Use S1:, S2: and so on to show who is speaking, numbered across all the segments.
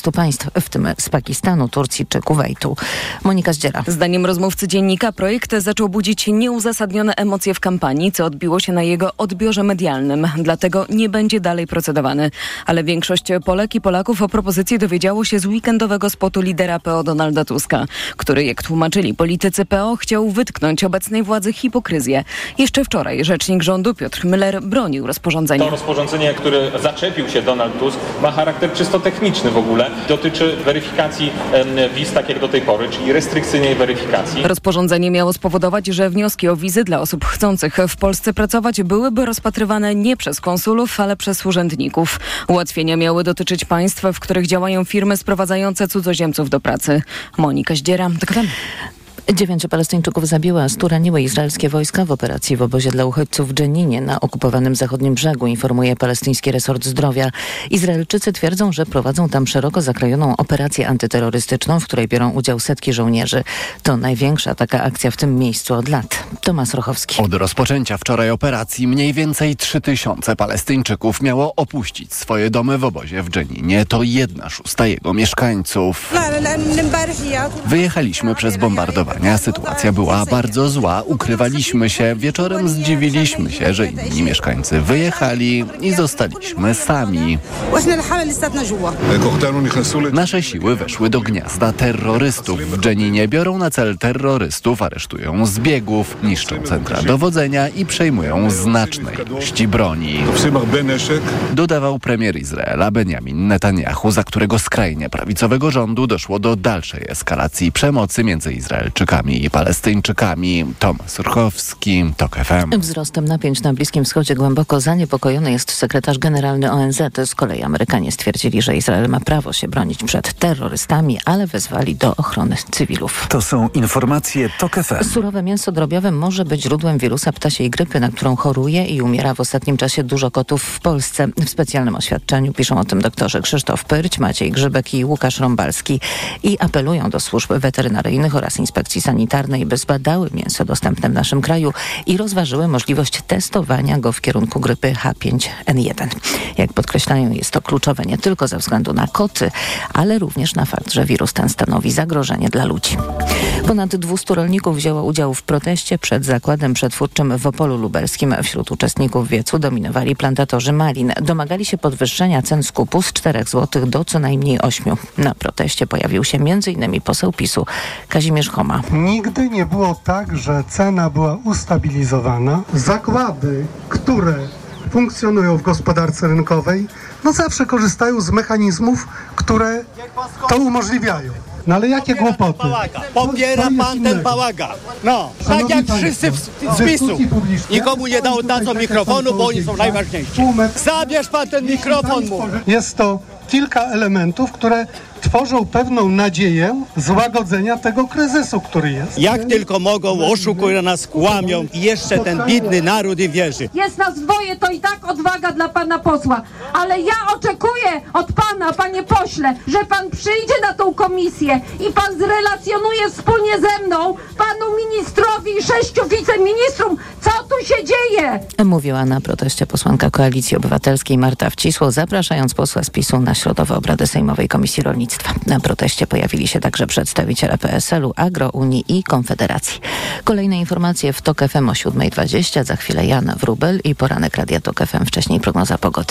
S1: 14 państw, w tym z Pakistanu, Turcji czy Kuwejtu. Monika Zdziera.
S2: Zdaniem rozmówcy dziennika projekt zaczął budzić nieuzasadnione emocje w kampanii, co odbiło się na jego odbiorze medialnym. Dlatego nie będzie dalej procedowany. Ale większość Polek i Polaków o propozycji dowiedziało się z weekendowego spotu lidera PO Donalda Tuska, który, jak tłumaczyli politycy PO, chciał wytknąć obecnej władzy hipokryzję. Jeszcze wczoraj rzecznik rządu Piotr Müller bronił rozporządzenia.
S3: To rozporządzenie, które zaczepił się Donald Tusk, ma charakter czysto techniczny w ogóle. Dotyczy weryfikacji wiz tak jak do tej pory, czyli restrykcyjnej weryfikacji.
S2: Rozporządzenie miało spowodować, że wnioski o wizy dla osób chcących w Polsce pracować byłyby rozpatrywane nie przez konsulów, ale przez urzędników. Ułatwienia miały dotyczyć państw, w których działają firmy sprowadzające cudzoziemców do pracy. Monika Zdziera, TOK.
S1: 9 Palestyńczyków zabiły, a 100 raniły izraelskie wojska w operacji w obozie dla uchodźców w Dżeninie na okupowanym zachodnim brzegu, informuje palestyński resort zdrowia. Izraelczycy twierdzą, że prowadzą tam szeroko zakrojoną operację antyterrorystyczną, w której biorą udział setki żołnierzy. To największa taka akcja w tym miejscu od lat. Tomasz Rochowski.
S4: Od rozpoczęcia wczoraj operacji mniej więcej 3000 Palestyńczyków miało opuścić swoje domy w obozie w Dżeninie. To 1/6 jego mieszkańców. Wyjechaliśmy przez bombardowanie. Sytuacja była bardzo zła, ukrywaliśmy się. Wieczorem zdziwiliśmy się, że inni mieszkańcy wyjechali i zostaliśmy sami. Nasze siły weszły do gniazda terrorystów w Dżeninie. Biorą na cel terrorystów, aresztują zbiegów, niszczą centra dowodzenia i przejmują znaczne ilości broni. Dodawał premier Izraela Benjamin Netanyahu, za którego skrajnie prawicowego rządu doszło do dalszej eskalacji przemocy między Izraelczykami i Palestyńczykami. Tomasz Surchowski, TOK FM.
S1: Wzrostem napięć na Bliskim Wschodzie głęboko zaniepokojony jest sekretarz generalny ONZ. Z kolei Amerykanie stwierdzili, że Izrael ma prawo się bronić przed terrorystami, ale wezwali do ochrony cywilów.
S5: To są informacje TOK FM.
S1: Surowe mięso drobiowe może być źródłem wirusa ptasiej grypy, na którą choruje i umiera w ostatnim czasie dużo kotów w Polsce. W specjalnym oświadczeniu piszą o tym doktorzy Krzysztof Pyrć, Maciej Grzybek i Łukasz Rąbalski i apelują do służb weterynaryjnych oraz inspekcji sanitarnej, by zbadały mięso dostępne w naszym kraju i rozważyły możliwość testowania go w kierunku grypy H5N1. Jak podkreślają, jest to kluczowe nie tylko ze względu na koty, ale również na fakt, że wirus ten stanowi zagrożenie dla ludzi. Ponad 200 rolników wzięło udział w proteście przed zakładem przetwórczym w Opolu Lubelskim. Wśród uczestników wiecu dominowali plantatorzy malin. Domagali się podwyższenia cen skupu z 4 zł do co najmniej 8. Na proteście pojawił się m.in. poseł PiS-u Kazimierz Choma.
S6: Nigdy nie było tak, że cena była ustabilizowana. Zakłady, które funkcjonują w gospodarce rynkowej, zawsze korzystają z mechanizmów, które to umożliwiają. No ale jakie głupoty?
S7: Popiera pan ten bałagan. Tak jak wszyscy z PiS-u. Nikomu nie dadzą mikrofonu, bo oni są najważniejsi. Zabierz pan ten mikrofon mu.
S6: Jest to kilka elementów, które tworzą pewną nadzieję złagodzenia tego kryzysu, który jest.
S7: Jak tylko mogą, oszukują nas, kłamią i jeszcze ten biedny naród im wierzy.
S8: Jest nas dwoje, to i tak odwaga dla pana posła, ale ja oczekuję od pana, panie pośle, że pan przyjdzie na tą komisję i pan zrelacjonuje wspólnie ze mną, panu ministrowi i 6 wiceministrom, co tu się dzieje.
S1: Mówiła na proteście posłanka Koalicji Obywatelskiej Marta Wcisło, zapraszając posła z PiS-u na środowe obrady Sejmowej Komisji Rolnictwa. Na proteście pojawili się także przedstawiciele PSL-u, Agrounii i Konfederacji. Kolejne informacje w TOK FM o 7:20. Za chwilę Jan Wróbel i poranek Radia TOK FM. Wcześniej prognoza pogody.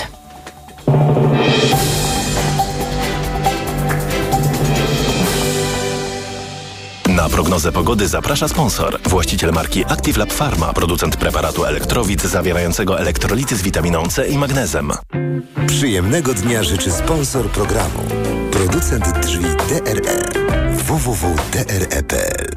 S9: Na prognozę pogody zaprasza sponsor. Właściciel marki Active Lab Pharma, producent preparatu Elektrowid zawierającego elektrolity z witaminą C i magnezem.
S10: Przyjemnego dnia życzy sponsor programu. Producent drzwi DRE. www.dre.pl.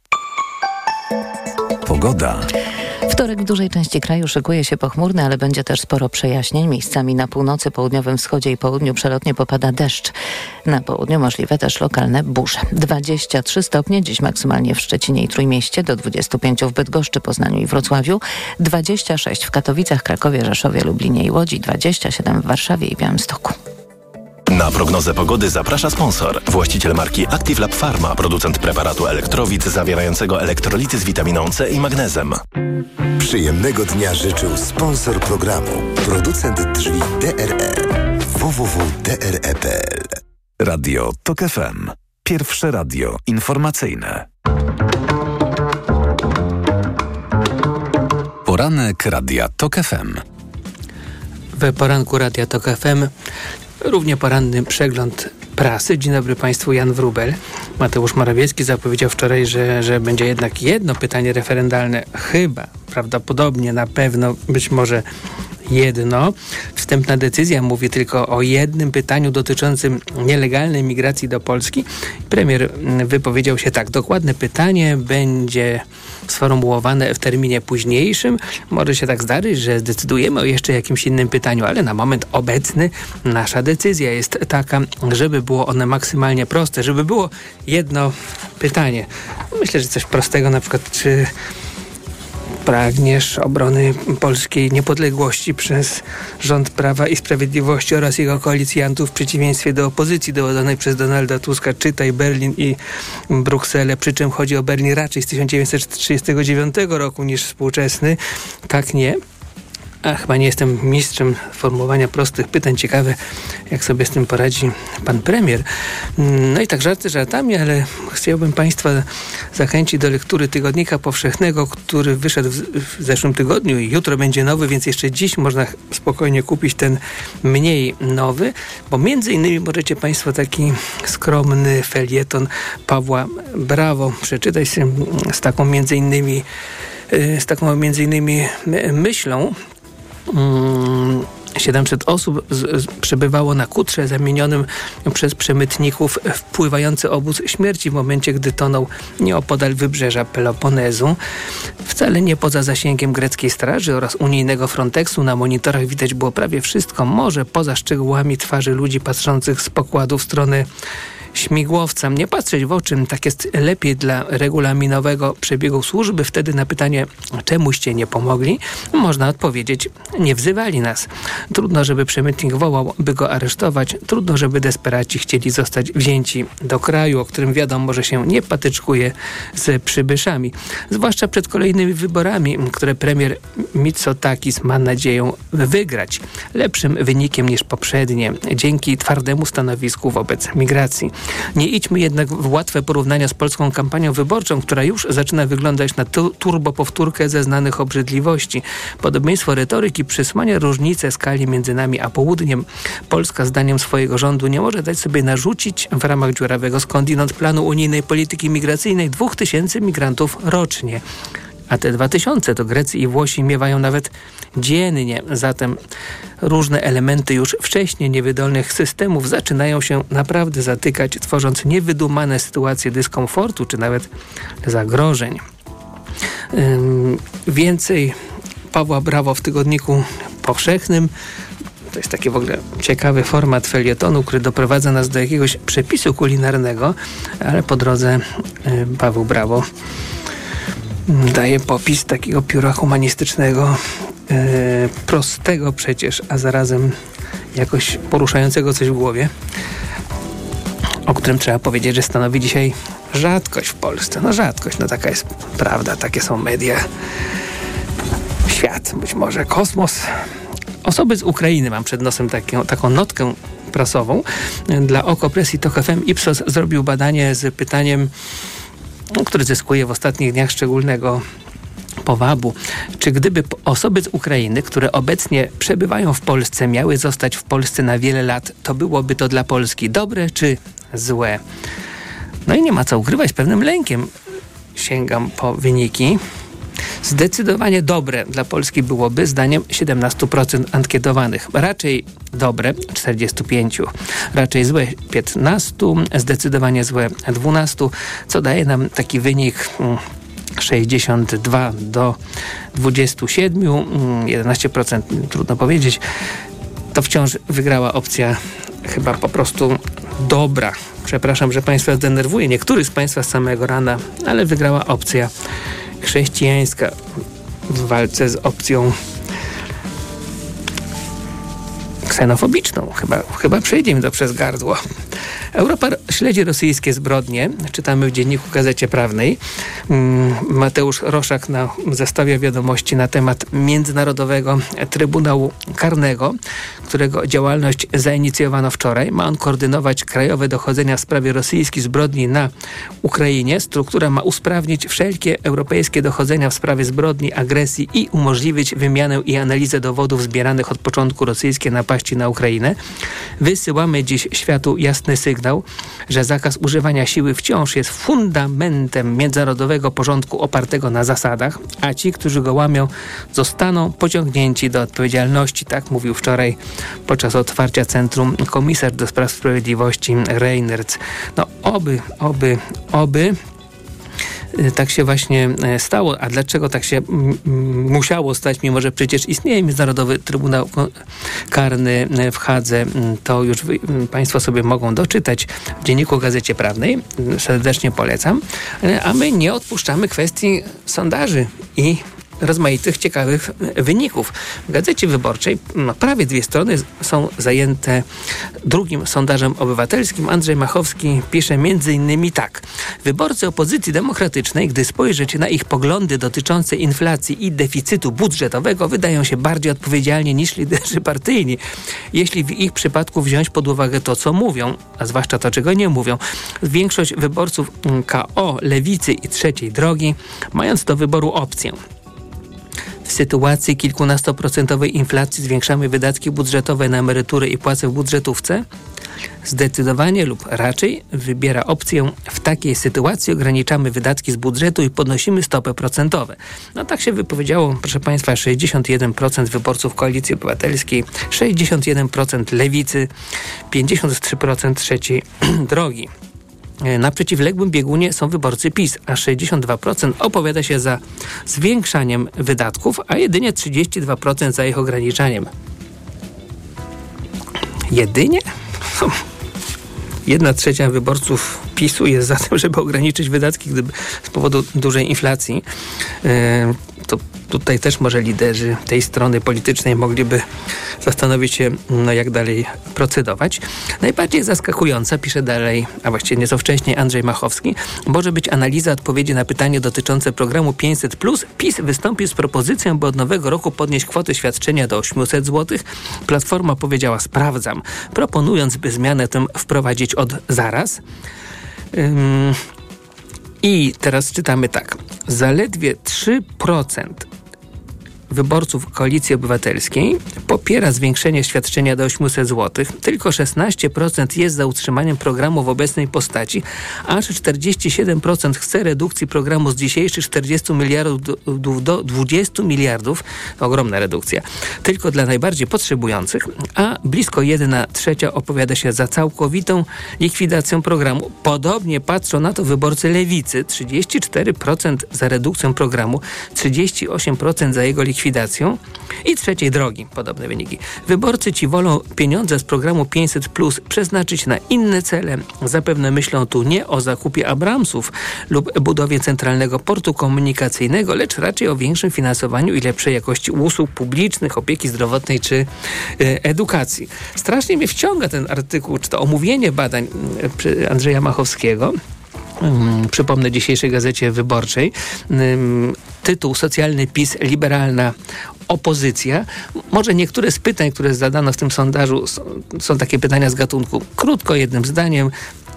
S5: Pogoda.
S1: Wtorek w dużej części kraju szykuje się pochmurny, ale będzie też sporo przejaśnień. Miejscami na północy, południowym wschodzie i południu przelotnie popada deszcz. Na południu możliwe też lokalne burze. 23 stopnie, dziś maksymalnie w Szczecinie i Trójmieście, do 25 w Bydgoszczy, Poznaniu i Wrocławiu, 26 w Katowicach, Krakowie, Rzeszowie, Lublinie i Łodzi, 27 w Warszawie i Białymstoku.
S9: Na prognozę pogody zaprasza sponsor. Właściciel marki Active Lab Pharma, producent preparatu Elektrowid zawierającego elektrolity z witaminą C i magnezem.
S10: Przyjemnego dnia życzył sponsor programu. Producent drzwi DRE. www.dre.pl.
S5: Radio TOK FM. Pierwsze radio informacyjne. Poranek Radia TOK FM.
S11: W poranku Radia TOK FM równie poranny przegląd prasy. Dzień dobry Państwu, Jan Wróbel. Mateusz Morawiecki zapowiedział wczoraj, że będzie jednak jedno pytanie referendalne. Chyba, prawdopodobnie, na pewno, być może jedno. Wstępna decyzja mówi tylko o jednym pytaniu dotyczącym nielegalnej migracji do Polski. Premier wypowiedział się tak: dokładne pytanie będzie sformułowane w terminie późniejszym. Może się tak zdarzyć, że zdecydujemy o jeszcze jakimś innym pytaniu, ale na moment obecny nasza decyzja jest taka, żeby było one maksymalnie proste, żeby było jedno pytanie. Myślę, że coś prostego, na przykład czy pragniesz obrony polskiej niepodległości przez rząd Prawa i Sprawiedliwości oraz jego koalicjantów w przeciwieństwie do opozycji dowodzonej przez Donalda Tuska, czytaj Berlin i Brukselę, przy czym chodzi o Berlin raczej z 1939 roku niż współczesny. Tak nie. A chyba nie jestem mistrzem formułowania prostych pytań. Ciekawe, jak sobie z tym poradzi pan premier. No i tak żarty żartami, ale chciałbym Państwa zachęcić do lektury Tygodnika Powszechnego, który wyszedł w zeszłym tygodniu i jutro będzie nowy, więc jeszcze dziś można spokojnie kupić ten mniej nowy, bo między innymi możecie Państwo taki skromny felieton Pawła Brawo przeczytać z taką między innymi myślą. 700 osób przebywało na kutrze zamienionym przez przemytników w pływający obóz śmierci w momencie, gdy tonął nieopodal wybrzeża Peloponezu. Wcale nie poza zasięgiem greckiej straży oraz unijnego Frontexu. Na monitorach widać było prawie wszystko, może poza szczegółami twarzy ludzi patrzących z pokładu w stronę śmigłowca. Nie patrzeć w oczy, tak jest lepiej dla regulaminowego przebiegu służby. Wtedy na pytanie, czemuście nie pomogli, można odpowiedzieć, nie wzywali nas. Trudno, żeby przemytnik wołał, by go aresztować. Trudno, żeby desperaci chcieli zostać wzięci do kraju, o którym wiadomo, że się nie patyczkuje z przybyszami. Zwłaszcza przed kolejnymi wyborami, które premier Mitsotakis ma nadzieję wygrać. Lepszym wynikiem niż poprzednie, dzięki twardemu stanowisku wobec migracji. Nie idźmy jednak w łatwe porównania z polską kampanią wyborczą, która już zaczyna wyglądać na turbopowtórkę ze znanych obrzydliwości. Podobieństwo retoryki przysłania różnicę skali między nami a południem. Polska zdaniem swojego rządu nie może dać sobie narzucić w ramach dziurawego skądinąd planu unijnej polityki migracyjnej 2000 migrantów rocznie. A te 2000 to Grecy i Włosi miewają nawet dziennie. Zatem różne elementy już wcześniej niewydolnych systemów zaczynają się naprawdę zatykać, tworząc niewydumane sytuacje dyskomfortu czy nawet zagrożeń. Więcej Pawła Brawo w Tygodniku Powszechnym. To jest taki w ogóle ciekawy format felietonu, który doprowadza nas do jakiegoś przepisu kulinarnego, ale po drodze Paweł Brawo daje popis takiego pióra humanistycznego, prostego przecież, a zarazem jakoś poruszającego coś w głowie, o którym trzeba powiedzieć, że stanowi dzisiaj rzadkość w Polsce. No rzadkość, no taka jest prawda, takie są media. Świat, być może kosmos. Osoby z Ukrainy, mam przed nosem taką notkę prasową. Dla Okopress i TOK FM Ipsos zrobił badanie z pytaniem, który zyskuje w ostatnich dniach szczególnego powabu. Czy gdyby osoby z Ukrainy, które obecnie przebywają w Polsce, miały zostać w Polsce na wiele lat, to byłoby to dla Polski dobre czy złe? No i nie ma co ukrywać, pewnym lękiem sięgam po wyniki. Zdecydowanie dobre dla Polski byłoby, zdaniem 17% ankietowanych. Raczej dobre 45%, raczej złe 15%, zdecydowanie złe 12%, co daje nam taki wynik 62 do 27, 11%, trudno powiedzieć. To wciąż wygrała opcja chyba po prostu dobra. Przepraszam, że Państwa zdenerwuję, niektórych z Państwa z samego rana, ale wygrała opcja chrześcijańska w walce z opcją ksenofobiczną. Chyba przejdzie mi to przez gardło. Europa śledzi rosyjskie zbrodnie, czytamy w dzienniku Gazecie Prawnej. Mateusz Roszak zestawia wiadomości na temat Międzynarodowego Trybunału Karnego, którego działalność zainicjowano wczoraj. Ma on koordynować krajowe dochodzenia w sprawie rosyjskich zbrodni na Ukrainie. Struktura ma usprawnić wszelkie europejskie dochodzenia w sprawie zbrodni, agresji i umożliwić wymianę i analizę dowodów zbieranych od początku rosyjskiej napaści na Ukrainę. Wysyłamy dziś światu jasny sygnał, że zakaz używania siły wciąż jest fundamentem międzynarodowego porządku opartego na zasadach, a ci, którzy go łamią, zostaną pociągnięci do odpowiedzialności. Tak mówił wczoraj podczas otwarcia Centrum komisarz do spraw sprawiedliwości Reynders. No oby tak się właśnie stało. A dlaczego tak się musiało stać, mimo że przecież istnieje Międzynarodowy Trybunał Karny w Hadze, to już Państwo sobie mogą doczytać w dzienniku Gazecie Prawnej. Serdecznie polecam. A my nie odpuszczamy kwestii sondaży i rozmaitych ciekawych wyników. W Gazecie Wyborczej prawie 2 strony są zajęte drugim sondażem obywatelskim. Andrzej Machowski pisze m.in. tak. Wyborcy opozycji demokratycznej, gdy spojrzeć na ich poglądy dotyczące inflacji i deficytu budżetowego, wydają się bardziej odpowiedzialni niż liderzy partyjni. Jeśli w ich przypadku wziąć pod uwagę to, co mówią, a zwłaszcza to, czego nie mówią, większość wyborców KO, Lewicy i Trzeciej Drogi, mając do wyboru opcję w sytuacji kilkunastoprocentowej inflacji zwiększamy wydatki budżetowe na emerytury i płace w budżetówce? Zdecydowanie lub raczej wybiera opcję w takiej sytuacji ograniczamy wydatki z budżetu i podnosimy stopy procentowe. No tak się wypowiedziało, proszę Państwa, 61% wyborców Koalicji Obywatelskiej, 61% Lewicy, 53% Trzeciej Drogi. Na przeciwległym biegunie są wyborcy PiS, a 62% opowiada się za zwiększaniem wydatków, a jedynie 32% za ich ograniczaniem. Jedynie? 1/3 wyborców PiS-u jest za tym, żeby ograniczyć wydatki z powodu dużej inflacji. To tutaj też może liderzy tej strony politycznej mogliby zastanowić się, jak dalej procedować. Najbardziej zaskakująca, pisze dalej, a właściwie nieco wcześniej Andrzej Machowski, może być analiza odpowiedzi na pytanie dotyczące programu 500+. PiS wystąpił z propozycją, by od nowego roku podnieść kwotę świadczenia do 800 zł. Platforma powiedziała, sprawdzam, proponując, by zmianę tę wprowadzić od zaraz. I teraz czytamy tak. Zaledwie 3% wyborców Koalicji Obywatelskiej popiera zwiększenie świadczenia do 800 zł. Tylko 16% jest za utrzymaniem programu w obecnej postaci, aż 47% chce redukcji programu z dzisiejszych 40 miliardów do 20 miliardów. Ogromna redukcja. Tylko dla najbardziej potrzebujących, a blisko 1/3 opowiada się za całkowitą likwidacją programu. Podobnie patrzą na to wyborcy Lewicy. 34% za redukcją programu, 38% za jego likwidacją i Trzeciej Drogi. Podobne wyniki. Wyborcy ci wolą pieniądze z programu 500+ przeznaczyć na inne cele. Zapewne myślą tu nie o zakupie Abramsów lub budowie centralnego portu komunikacyjnego, lecz raczej o większym finansowaniu i lepszej jakości usług publicznych, opieki zdrowotnej czy edukacji. Strasznie mnie wciąga ten artykuł, czy to omówienie badań Andrzeja Machowskiego. Przypomnę dzisiejszej Gazecie Wyborczej. Tytuł Socjalny PiS, liberalna opozycja. Może niektóre z pytań, które zadano w tym sondażu są takie pytania z gatunku krótko, jednym zdaniem,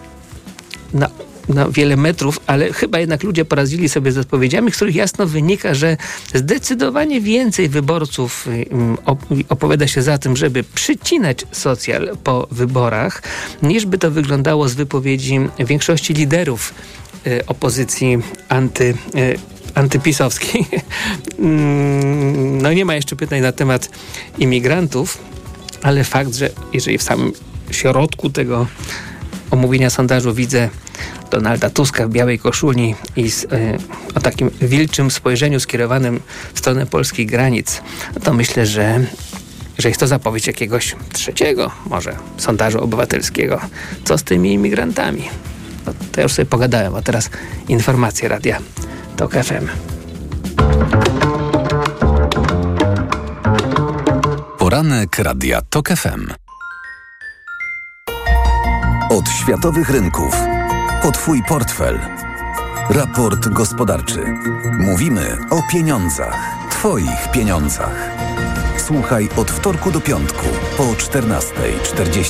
S11: na wiele metrów, ale chyba jednak ludzie poradzili sobie z odpowiedziami, z których jasno wynika, że zdecydowanie więcej wyborców opowiada się za tym, żeby przycinać socjal po wyborach, niż by to wyglądało z wypowiedzi większości liderów opozycji antypisowskiej. No nie ma jeszcze pytań na temat imigrantów, ale fakt, że jeżeli w samym środku tego omówienia sondażu widzę Donalda Tuska w białej koszuli i o takim wilczym spojrzeniu skierowanym w stronę polskich granic, to myślę, że jest to zapowiedź jakiegoś trzeciego może sondażu obywatelskiego. Co z tymi imigrantami? No, to ja już sobie pogadałem, a teraz informacje Radia TOK FM.
S5: Poranek Radia TOK FM. Od światowych rynków. O Twój portfel. Raport gospodarczy. Mówimy o pieniądzach. Twoich pieniądzach. Słuchaj od wtorku do piątku po 14:40.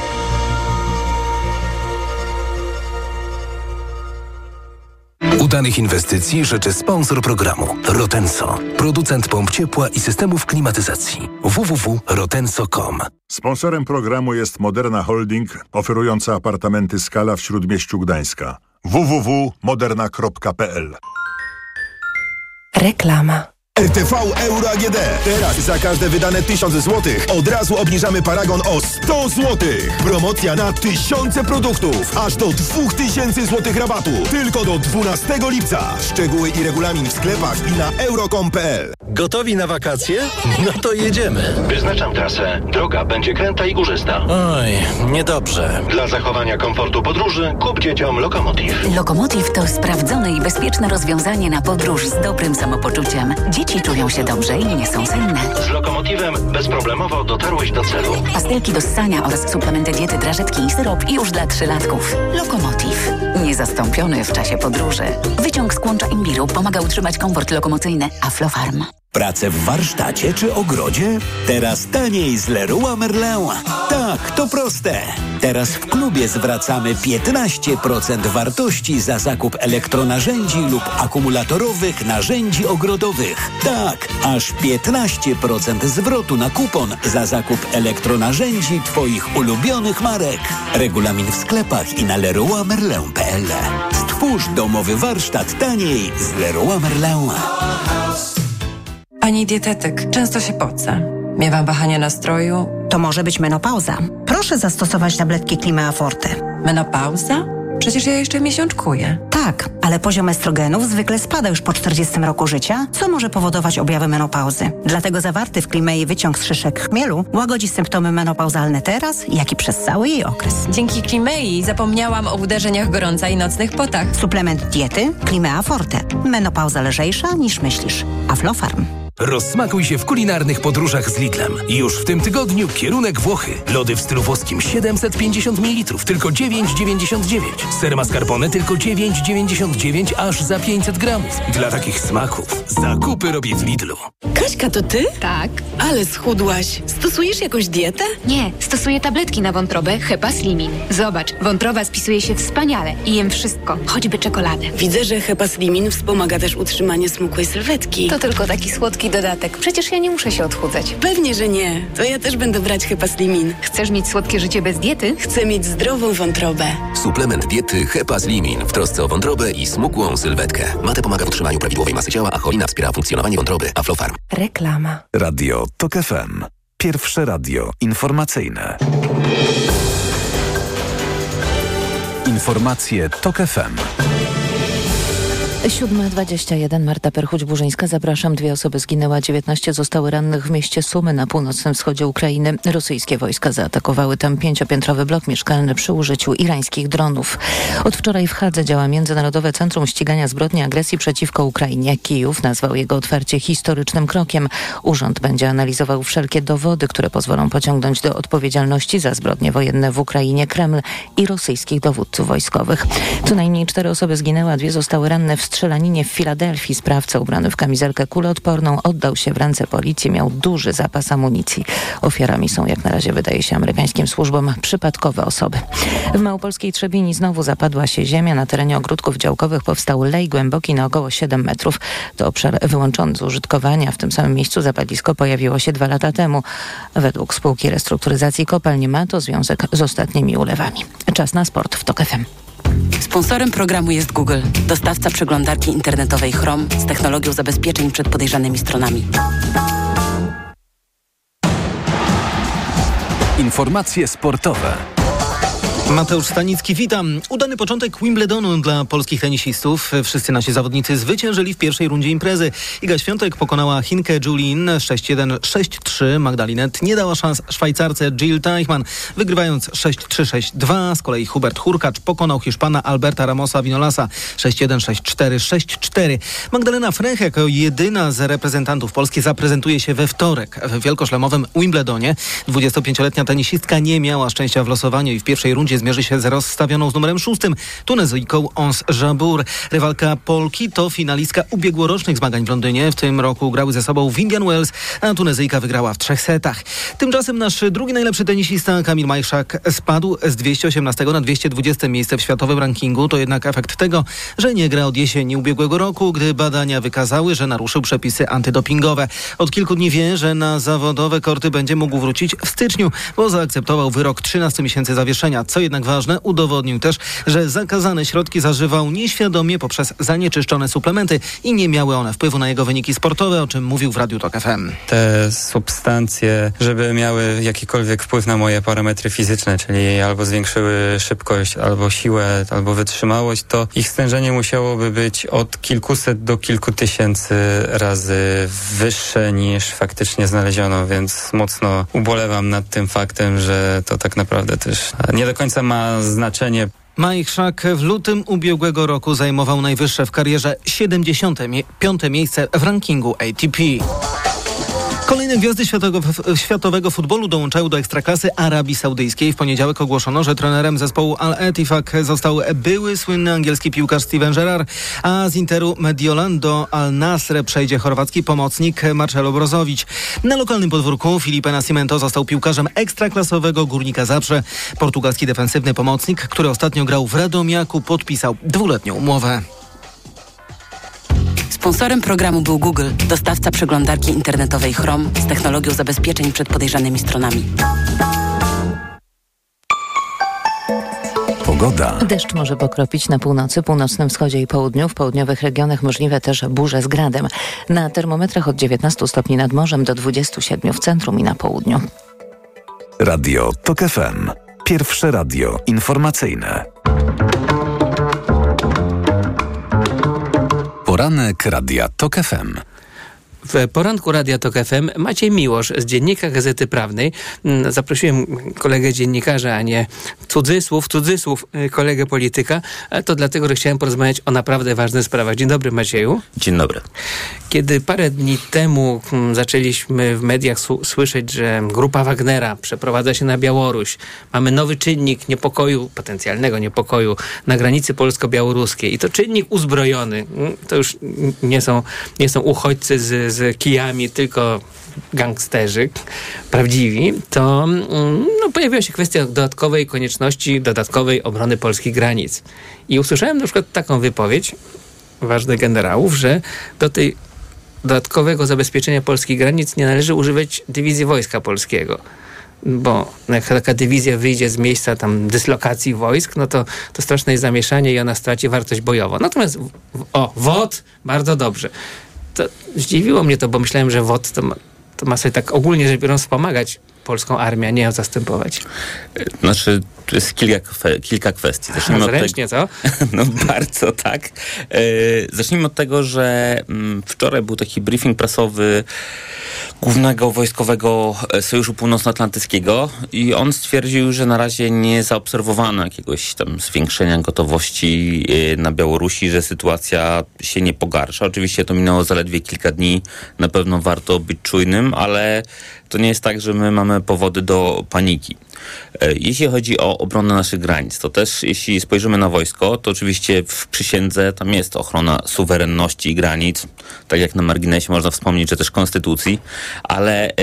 S10: Udanych inwestycji życzy sponsor programu Rotenso, producent pomp ciepła i systemów klimatyzacji. www.rotenso.com.
S12: Sponsorem programu jest Moderna Holding, oferująca apartamenty Skala w Śródmieściu Gdańska. www.moderna.pl.
S13: Reklama.
S14: RTV Euro AGD. Teraz za każde wydane 1000 zł od razu obniżamy paragon o 100 zł. Promocja na tysiące produktów. Aż do 2000 zł rabatu. Tylko do 12 lipca. Szczegóły i regulamin w sklepach i na euro.com.pl.
S15: Gotowi na wakacje? No to jedziemy.
S16: Wyznaczam trasę. Droga będzie kręta i górzysta.
S15: Oj, niedobrze.
S16: Dla zachowania komfortu podróży kup dzieciom Lokomotiv.
S17: Lokomotiv to sprawdzone i bezpieczne rozwiązanie na podróż z dobrym samopoczuciem. Dzieci czują się dobrze i nie są senne.
S16: Z Lokomotivem bezproblemowo dotarłeś do celu.
S17: Pastelki do ssania oraz suplementy diety, drażetki i syrop już dla 3-latków. Lokomotiv. Niezastąpiony w czasie podróży. Wyciąg z kłącza imbiru pomaga utrzymać komfort lokomocyjny. Aflofarm.
S18: Pracę w warsztacie czy ogrodzie? Teraz taniej z Leroy Merlin. Tak, to proste. Teraz w klubie zwracamy 15% wartości za zakup elektronarzędzi lub akumulatorowych narzędzi ogrodowych. Tak, aż 15% zwrotu na kupon za zakup elektronarzędzi Twoich ulubionych marek. Regulamin w sklepach i na leroymerlin.pl. Stwórz domowy warsztat taniej z Leroy Merlin.
S13: Pani dietetyk, często się pocę. Miewam wahania nastroju.
S19: To może być menopauza. Proszę zastosować tabletki Climea Forte.
S13: Menopauza? Przecież ja jeszcze miesiączkuję.
S19: Tak, ale poziom estrogenów zwykle spada już po 40 roku życia, co może powodować objawy menopauzy. Dlatego zawarty w Climei wyciąg z szyszek chmielu łagodzi symptomy menopauzalne teraz, jak i przez cały jej okres.
S13: Dzięki Climei zapomniałam o uderzeniach gorąca i nocnych potach.
S19: Suplement diety Climea Forte. Menopauza lżejsza niż myślisz. Aflofarm.
S10: Rozsmakuj się w kulinarnych podróżach z Lidlem. Już w tym tygodniu kierunek Włochy. Lody w stylu włoskim 750 ml, tylko 9,99. Ser mascarpone tylko 9,99 aż za 500 gramów. Dla takich smaków zakupy robię w Lidlu.
S20: Kaśka, to ty? Tak. Ale schudłaś. Stosujesz jakąś dietę?
S21: Nie, stosuję tabletki na wątrobę Hepaslimin. Zobacz, wątroba spisuje się wspaniale i jem wszystko, choćby czekoladę.
S20: Widzę, że Hepaslimin wspomaga też utrzymanie smukłej sylwetki.
S21: To tylko taki słodki dodatek. Przecież ja nie muszę się odchudzać.
S20: Pewnie, że nie. To ja też będę brać Hepaslimin.
S21: Chcesz mieć słodkie życie bez diety?
S20: Chcę mieć zdrową wątrobę.
S9: Suplement diety Hepaslimin w trosce o wątrobę i smukłą sylwetkę. Mate pomaga w utrzymaniu prawidłowej masy ciała, a cholina wspiera funkcjonowanie wątroby. Aflofarm.
S13: Reklama.
S5: Radio TOK FM. Pierwsze radio informacyjne. Informacje TOK FM.
S1: 7:21. Marta Perchuć-Burzyńska. Zapraszam. 2 osoby zginęły, 19 zostały rannych w mieście Sumy na północnym wschodzie Ukrainy. Rosyjskie wojska zaatakowały tam 5-piętrowy blok mieszkalny przy użyciu irańskich dronów. Od wczoraj w Hadze działa Międzynarodowe Centrum Ścigania Zbrodni Agresji przeciwko Ukrainie. Kijów nazwał jego otwarcie historycznym krokiem. Urząd będzie analizował wszelkie dowody, które pozwolą pociągnąć do odpowiedzialności za zbrodnie wojenne w Ukrainie Kreml i rosyjskich dowódców wojskowych. Co najmniej 4 osoby zginęły, a 2 zostały ranne w strzelaninie w Filadelfii. Sprawca ubrany w kamizelkę kuloodporną oddał się w ręce policji. Miał duży zapas amunicji. Ofiarami są, jak na razie wydaje się amerykańskim służbom, przypadkowe osoby. W małopolskiej Trzebini znowu zapadła się ziemia. Na terenie ogródków działkowych powstał lej głęboki na około 7 metrów. To obszar wyłączony z użytkowania. W tym samym miejscu zapalisko pojawiło się 2 lata temu. Według spółki restrukturyzacji kopalń ma to związek z ostatnimi ulewami. Czas na sport w TOK FM.
S20: Sponsorem programu jest Google, dostawca przeglądarki internetowej Chrome z technologią zabezpieczeń przed podejrzanymi stronami.
S5: Informacje sportowe.
S22: Mateusz Stanicki, witam. Udany początek Wimbledonu dla polskich tenisistów. Wszyscy nasi zawodnicy zwyciężyli w pierwszej rundzie imprezy. Iga Świątek pokonała Chinkę Julin 6-1, 6-3. Magdalinet nie dała szans Szwajcarce Jill Teichmann, wygrywając 6-3, 6-2. Z kolei Hubert Hurkacz pokonał Hiszpana Alberta Ramosa Vinolasa 6-1, 6-4, 6-4. Magdalena Frech jako jedyna z reprezentantów Polski zaprezentuje się we wtorek w wielkoszlemowym Wimbledonie. 25-letnia tenisistka nie miała szczęścia w losowaniu i w pierwszej rundzie zmierzy się z rozstawioną z numerem 6 Tunezyjką Ons Jabeur. Rywalka Polki to finalistka ubiegłorocznych zmagań w Londynie. W tym roku grały ze sobą w Indian Wells, a Tunezyjka wygrała w 3 setach. Tymczasem nasz drugi najlepszy tenisista Kamil Majchrzak spadł z 218 na 220 miejsce w światowym rankingu. To jednak efekt tego, że nie gra od jesieni ubiegłego roku, gdy badania wykazały, że naruszył przepisy antydopingowe. Od kilku dni wie, że na zawodowe korty będzie mógł wrócić w styczniu, bo zaakceptował wyrok 13 miesięcy zawieszenia. Co jednak ważne, udowodnił też, że zakazane środki zażywał nieświadomie poprzez zanieczyszczone suplementy i nie miały one wpływu na jego wyniki sportowe, o czym mówił w Radiu Tok FM.
S2: Te substancje, żeby miały jakikolwiek wpływ na moje parametry fizyczne, czyli albo zwiększyły szybkość, albo siłę, albo wytrzymałość, to ich stężenie musiałoby być od kilkuset do kilku tysięcy razy wyższe niż faktycznie znaleziono, więc mocno ubolewam nad tym faktem, że to tak naprawdę też nie do końca ma znaczenie.
S22: Majchrzak w lutym ubiegłego roku zajmował najwyższe w karierze 75. miejsce w rankingu ATP. Kolejne gwiazdy światowego futbolu dołączają do Ekstraklasy Arabii Saudyjskiej. W poniedziałek ogłoszono, że trenerem zespołu Al-Ettifaq został były słynny angielski piłkarz Steven Gerrard, a z Interu Mediolan do Al-Nasr przejdzie chorwacki pomocnik Marcelo Brozovic. Na lokalnym podwórku Filipe Nascimento został piłkarzem ekstraklasowego Górnika Zabrze. Portugalski defensywny pomocnik, który ostatnio grał w Radomiaku, podpisał 2-letnią umowę.
S20: Sponsorem programu był Google, dostawca przeglądarki internetowej Chrome z technologią zabezpieczeń przed podejrzanymi stronami.
S5: Pogoda.
S1: Deszcz może pokropić na północy, północnym wschodzie i południu. W południowych regionach możliwe też burze z gradem. Na termometrach od 19 stopni nad morzem do 27 w centrum i na południu.
S5: Radio Tok FM. Pierwsze radio informacyjne. Poranek Radia Tok FM.
S11: W poranku Radia Tok FM Maciej Miłosz z Dziennika Gazety Prawnej. Zaprosiłem kolegę dziennikarza, a nie cudzysłów, kolegę polityka. To dlatego, że chciałem porozmawiać o naprawdę ważnych sprawach. Dzień dobry, Macieju.
S3: Dzień dobry.
S11: Kiedy parę dni temu zaczęliśmy w mediach słyszeć, że grupa Wagnera przeprowadza się na Białoruś, mamy nowy czynnik niepokoju, potencjalnego niepokoju na granicy polsko-białoruskiej i to czynnik uzbrojony. To już nie są uchodźcy z kijami, tylko gangsterzy prawdziwi, to pojawiła się kwestia dodatkowej obrony polskich granic. I usłyszałem na przykład taką wypowiedź ważnych generałów, że do tej dodatkowego zabezpieczenia polskich granic nie należy używać dywizji Wojska Polskiego. Bo jak taka dywizja wyjdzie z miejsca tam dyslokacji wojsk, no to straszne jest zamieszanie i ona straci wartość bojową. Natomiast WOT bardzo dobrze. To zdziwiło mnie to, bo myślałem, że WOT to ma sobie tak ogólnie rzecz biorąc wspomagać polską armię, a nie ją zastępować.
S3: Znaczy, tu jest kilka kwestii.
S11: Zacznijmy zręcznie, co?
S3: No bardzo, tak. Zacznijmy od tego, że wczoraj był taki briefing prasowy Głównego Wojskowego Sojuszu Północnoatlantyckiego i on stwierdził, że na razie nie zaobserwowano jakiegoś tam zwiększenia gotowości na Białorusi, że sytuacja się nie pogarsza. Oczywiście to minęło zaledwie kilka dni, na pewno warto być czujnym, ale to nie jest tak, że my mamy powody do paniki. Jeśli chodzi o obronę naszych granic, to też jeśli spojrzymy na wojsko, to oczywiście w przysiędze tam jest ochrona suwerenności granic, tak jak na marginesie można wspomnieć, że też konstytucji, ale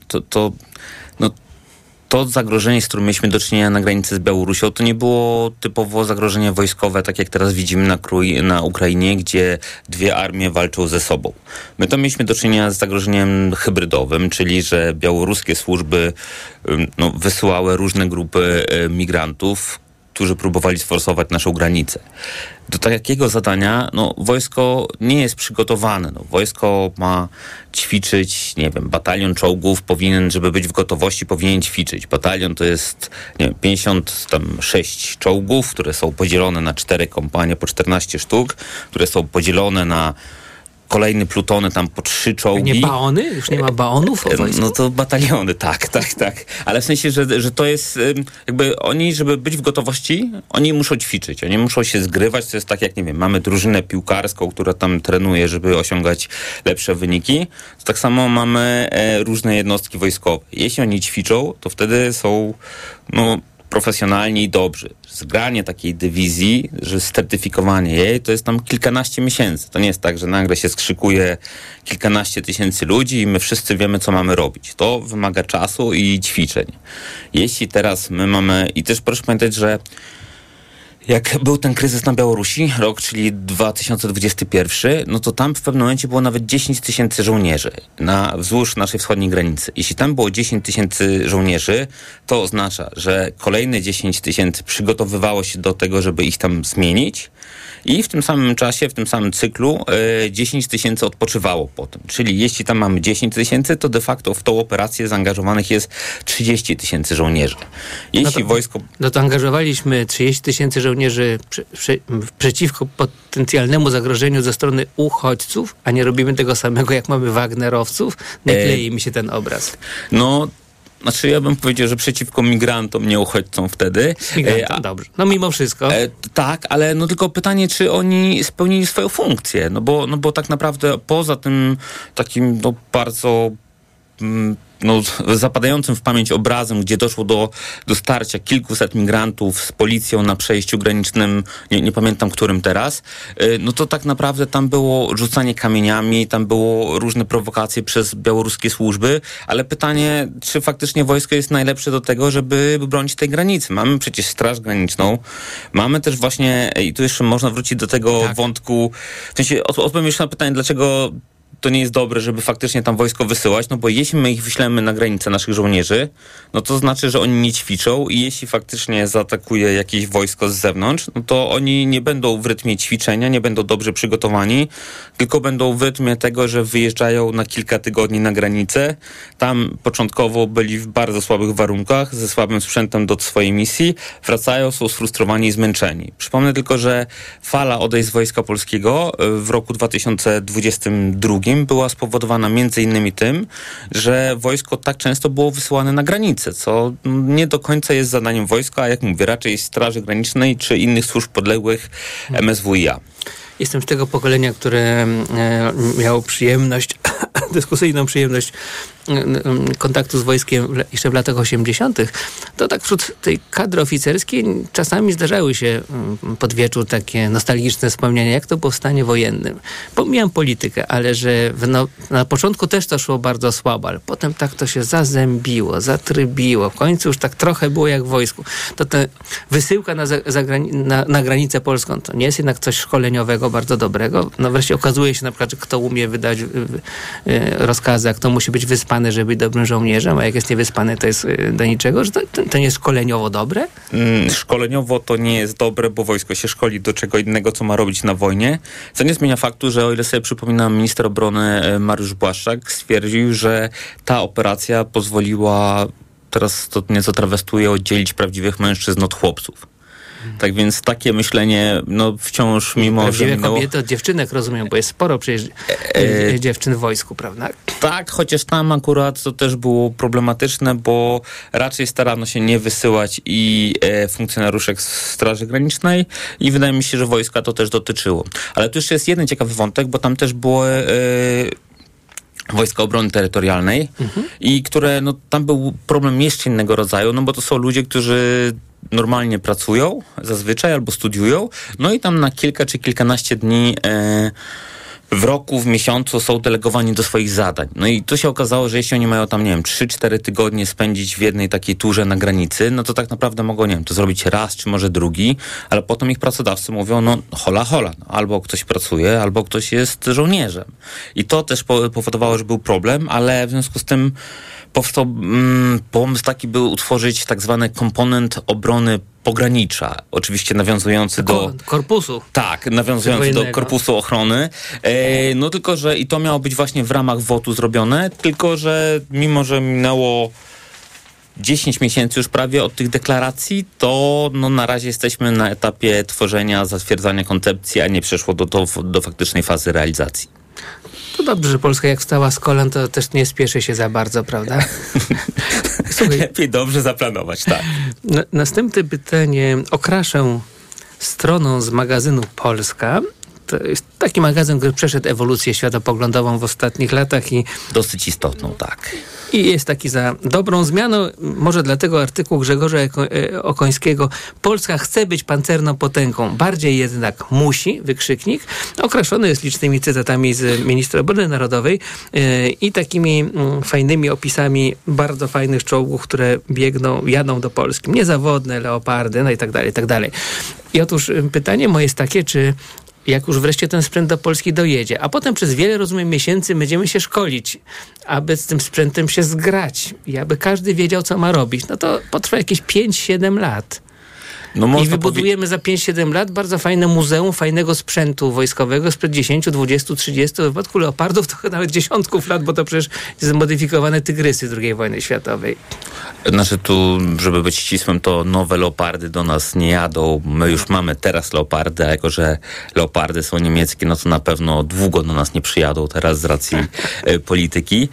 S3: to zagrożenie, z którym mieliśmy do czynienia na granicy z Białorusią, to nie było typowo zagrożenie wojskowe, tak jak teraz widzimy na Ukrainie, gdzie dwie armie walczą ze sobą. My to mieliśmy do czynienia z zagrożeniem hybrydowym, czyli że białoruskie służby wysyłały różne grupy migrantów, którzy próbowali sforsować naszą granicę. Do takiego zadania wojsko nie jest przygotowane. Wojsko ma ćwiczyć, batalion czołgów żeby być w gotowości, powinien ćwiczyć. Batalion to jest 56 czołgów, które są podzielone na 4 kompanie po 14 sztuk, które są podzielone na kolejne plutony, tam po 3 czołgi.
S11: Nie baony? Już nie ma baonów?
S3: No to bataliony, tak. Ale w sensie, że to jest oni, żeby być w gotowości, oni muszą ćwiczyć, oni muszą się zgrywać. To jest tak jak, mamy drużynę piłkarską, która tam trenuje, żeby osiągać lepsze wyniki. To tak samo mamy różne jednostki wojskowe. Jeśli oni ćwiczą, to wtedy są profesjonalni i dobrzy. Zgranie takiej dywizji, że certyfikowanie jej, to jest tam kilkanaście miesięcy. To nie jest tak, że nagle się skrzykuje kilkanaście tysięcy ludzi i my wszyscy wiemy, co mamy robić. To wymaga czasu i ćwiczeń. Jeśli teraz my mamy... I też proszę pamiętać, że jak był ten kryzys na Białorusi, rok, czyli 2021, no to tam w pewnym momencie było nawet 10 tysięcy żołnierzy wzdłuż naszej wschodniej granicy. Jeśli tam było 10 tysięcy żołnierzy, to oznacza, że kolejne 10 tysięcy przygotowywało się do tego, żeby ich tam zmienić i w tym samym czasie, w tym samym cyklu 10 tysięcy odpoczywało po tym. Czyli jeśli tam mamy 10 tysięcy, to de facto w tą operację zaangażowanych jest 30 tysięcy żołnierzy. Jeśli wojsko...
S11: No to angażowaliśmy 30 tysięcy żołnierzy przeciwko potencjalnemu zagrożeniu ze strony uchodźców, a nie robimy tego samego, jak mamy Wagnerowców. Nie klei mi się ten obraz.
S3: No... Znaczy ja bym powiedział, że przeciwko migrantom, nie uchodźcom wtedy.
S11: Migrantom, dobrze. No mimo wszystko.
S3: Tak, ale no tylko pytanie, czy oni spełnili swoją funkcję. No bo tak naprawdę poza tym takim bardzo... zapadającym w pamięć obrazem, gdzie doszło do starcia kilkuset migrantów z policją na przejściu granicznym, nie pamiętam którym teraz, no to tak naprawdę tam było rzucanie kamieniami, tam było różne prowokacje przez białoruskie służby, ale pytanie, czy faktycznie wojsko jest najlepsze do tego, żeby bronić tej granicy. Mamy przecież Straż Graniczną, mamy też właśnie, i tu jeszcze można wrócić do tego wątku, w sensie odpowiem jeszcze na pytanie, dlaczego to nie jest dobre, żeby faktycznie tam wojsko wysyłać, no bo jeśli my ich wyślemy na granicę, naszych żołnierzy, no to znaczy, że oni nie ćwiczą i jeśli faktycznie zaatakuje jakieś wojsko z zewnątrz, no to oni nie będą w rytmie ćwiczenia, nie będą dobrze przygotowani, tylko będą w rytmie tego, że wyjeżdżają na kilka tygodni na granicę. Tam początkowo byli w bardzo słabych warunkach, ze słabym sprzętem do swojej misji, wracają, są sfrustrowani i zmęczeni. Przypomnę tylko, że fala odejść z Wojska Polskiego w roku 2022 była spowodowana między innymi tym, że wojsko tak często było wysyłane na granicę, co nie do końca jest zadaniem wojska, a jak mówię, raczej Straży Granicznej czy innych służb podległych MSWiA.
S11: Jestem z tego pokolenia, które miało dyskusyjną przyjemność kontaktu z wojskiem jeszcze w latach 80. To tak wśród tej kadry oficerskiej czasami zdarzały się pod wieczór takie nostalgiczne wspomnienia, jak to było w stanie wojennym. Pomijam politykę, ale że na początku też to szło bardzo słabo, ale potem tak to się zazębiło, zatrybiło. W końcu już tak trochę było jak w wojsku. To ta wysyłka na granicę polską to nie jest jednak coś szkoleniowego, bardzo dobrego. No wreszcie okazuje się na przykład, że kto umie wydać rozkazy, a kto musi być wyspany, żeby być dobrym żołnierzem, a jak jest niewyspany, to jest do niczego, że to nie jest szkoleniowo dobre?
S3: Szkoleniowo to nie jest dobre, bo wojsko się szkoli do czego innego, co ma robić na wojnie. Co nie zmienia faktu, że o ile sobie przypominam, minister obrony Mariusz Błaszczak stwierdził, że ta operacja pozwoliła, teraz to nieco trawestuję, oddzielić prawdziwych mężczyzn od chłopców. Tak więc takie myślenie, wciąż mimo,
S11: prawdziwe
S3: że minęło...
S11: kobiety od dziewczynek, rozumiem, bo jest sporo przecież dziewczyn w wojsku, prawda?
S3: Tak, chociaż tam akurat to też było problematyczne, bo raczej starano się nie wysyłać i funkcjonariuszek z Straży Granicznej i wydaje mi się, że wojska to też dotyczyło. Ale tu jeszcze jest jeden ciekawy wątek, bo tam też było... Wojska Obrony Terytorialnej i które, tam był problem jeszcze innego rodzaju, bo to są ludzie, którzy normalnie pracują zazwyczaj albo studiują, i tam na kilka czy kilkanaście dni w roku, w miesiącu są delegowani do swoich zadań. I tu się okazało, że jeśli oni mają tam, 3-4 tygodnie spędzić w jednej takiej turze na granicy, to tak naprawdę mogą, to zrobić raz, czy może drugi, ale potem ich pracodawcy mówią, hola, albo ktoś pracuje, albo ktoś jest żołnierzem. I to też powodowało, że był problem, ale w związku z tym powstał pomysł taki, by utworzyć tak zwany komponent obrony pogranicza, oczywiście nawiązujący do...
S11: Korpusu.
S3: Tak, nawiązujący do korpusu ochrony. Tylko, że i to miało być właśnie w ramach WOT-u zrobione, tylko, że mimo, że minęło 10 miesięcy już prawie od tych deklaracji, to na razie jesteśmy na etapie tworzenia, zatwierdzania koncepcji, a nie przeszło do faktycznej fazy realizacji.
S11: To dobrze, że Polska jak wstała z kolan, to też nie spieszy się za bardzo, prawda?
S3: Słuchaj, lepiej dobrze zaplanować, tak.
S11: Następne pytanie okraszę stroną z magazynu Polska. To jest taki magazyn, który przeszedł ewolucję światopoglądową w ostatnich latach i
S3: dosyć istotną, tak.
S11: I jest taki za dobrą zmianą. Może dlatego artykuł Grzegorza Okońskiego Polska chce być pancerną potęgą, bardziej jednak musi, wykrzyknik, okraszony jest licznymi cytatami z ministra obrony narodowej i takimi fajnymi opisami bardzo fajnych czołgów, które jadą do Polski. Niezawodne, leopardy, no i tak dalej, i tak dalej. I otóż pytanie moje jest takie, czy jak już wreszcie ten sprzęt do Polski dojedzie, a potem przez wiele, rozumiem, miesięcy będziemy się szkolić, aby z tym sprzętem się zgrać i aby każdy wiedział, co ma robić, no to potrwa jakieś 5-7 lat. No i wybudujemy za 5-7 lat bardzo fajne muzeum fajnego sprzętu wojskowego sprzed 10, 20, 30, w wypadku leopardów to nawet dziesiątków lat, bo to przecież zmodyfikowane tygrysy II wojny światowej.
S3: Znaczy tu, żeby być ścisłym, to nowe leopardy do nas nie jadą. My już mamy teraz leopardy, a jako że leopardy są niemieckie, no to na pewno długo do nas nie przyjadą teraz z racji polityki.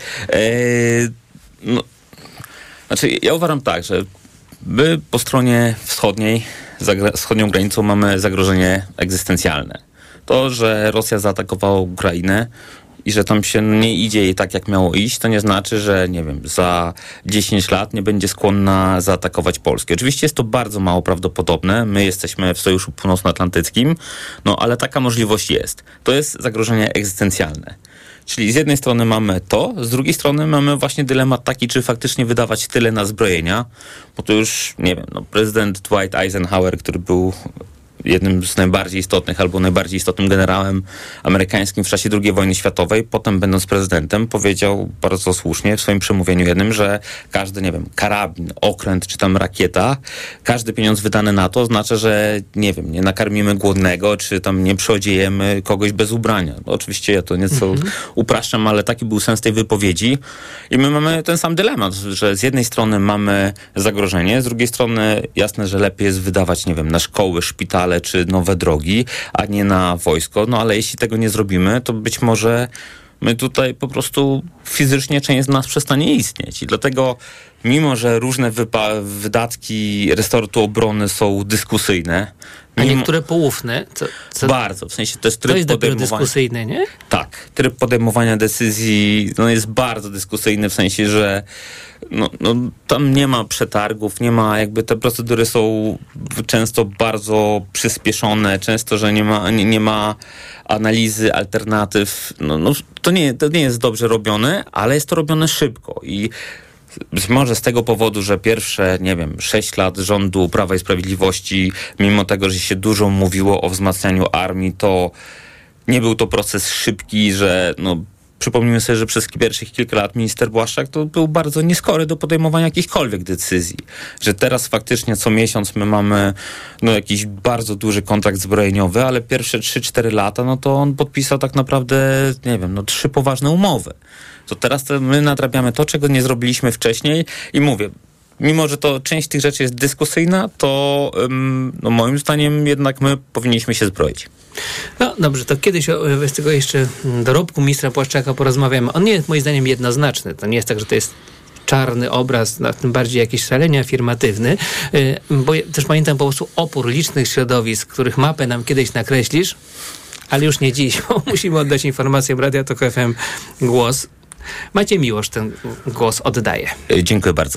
S3: Znaczy ja uważam tak, że my po stronie wschodniej, za wschodnią granicą mamy zagrożenie egzystencjalne. To, że Rosja zaatakowała Ukrainę i że tam się nie idzie jej tak, jak miało iść, to nie znaczy, że nie wiem, za 10 lat nie będzie skłonna zaatakować Polski. Oczywiście jest to bardzo mało prawdopodobne. My jesteśmy w Sojuszu Północnoatlantyckim, no ale taka możliwość jest. To jest zagrożenie egzystencjalne. Czyli z jednej strony mamy to, z drugiej strony mamy właśnie dylemat taki, czy faktycznie wydawać tyle na zbrojenia, bo to już, nie wiem, no prezydent Dwight Eisenhower, który był jednym z najbardziej istotnych albo najbardziej istotnym generałem amerykańskim w czasie II wojny światowej, potem będąc prezydentem, powiedział bardzo słusznie w swoim przemówieniu jednym, że każdy, nie wiem, karabin, okręt czy tam rakieta, każdy pieniądz wydany na to oznacza, że nie wiem, nie nakarmimy głodnego, czy tam nie przyodziejemy kogoś bez ubrania. No, oczywiście ja to nieco upraszczam, ale taki był sens tej wypowiedzi i my mamy ten sam dylemat, że z jednej strony mamy zagrożenie, z drugiej strony jasne, że lepiej jest wydawać, nie wiem, na szkoły, szpitale czy nowe drogi, a nie na wojsko. No ale jeśli tego nie zrobimy, to być może my tutaj po prostu fizycznie część z nas przestanie istnieć. I dlatego, mimo że różne wydatki resortu obrony są dyskusyjne,
S11: a niektóre poufne.
S3: Bardzo. W sensie to jest tryb
S11: dopiero dyskusyjny, nie?
S3: Tak. Tryb podejmowania decyzji jest bardzo dyskusyjny, w sensie, że tam nie ma przetargów, nie ma, jakby te procedury są często bardzo przyspieszone, często, że nie ma analizy alternatyw. To nie jest dobrze robione, ale jest to robione szybko i być może z tego powodu, że pierwsze, 6 lat rządu Prawa i Sprawiedliwości, mimo tego, że się dużo mówiło o wzmacnianiu armii, to nie był to proces szybki, że przypomnijmy sobie, że przez pierwszych kilka lat minister Błaszczak to był bardzo nieskory do podejmowania jakichkolwiek decyzji. Że teraz faktycznie co miesiąc my mamy jakiś bardzo duży kontrakt zbrojeniowy, ale pierwsze 3-4 lata, to on podpisał tak naprawdę, 3 poważne umowy. To teraz my nadrabiamy to, czego nie zrobiliśmy wcześniej i mówię, mimo że to część tych rzeczy jest dyskusyjna, to moim zdaniem jednak my powinniśmy się zbroić.
S11: No dobrze, to kiedyś z tego jeszcze dorobku ministra Błaszczaka porozmawiamy. On nie jest moim zdaniem jednoznaczny. To nie jest tak, że to jest czarny obraz, tym bardziej jakiś szalenie afirmatywny, bo ja też pamiętam po prostu opór licznych środowisk, których mapę nam kiedyś nakreślisz, ale już nie dziś, bo musimy oddać informację Radia Tok FM głos. Maciej Miłosz ten głos oddaje.
S3: Dziękuję bardzo.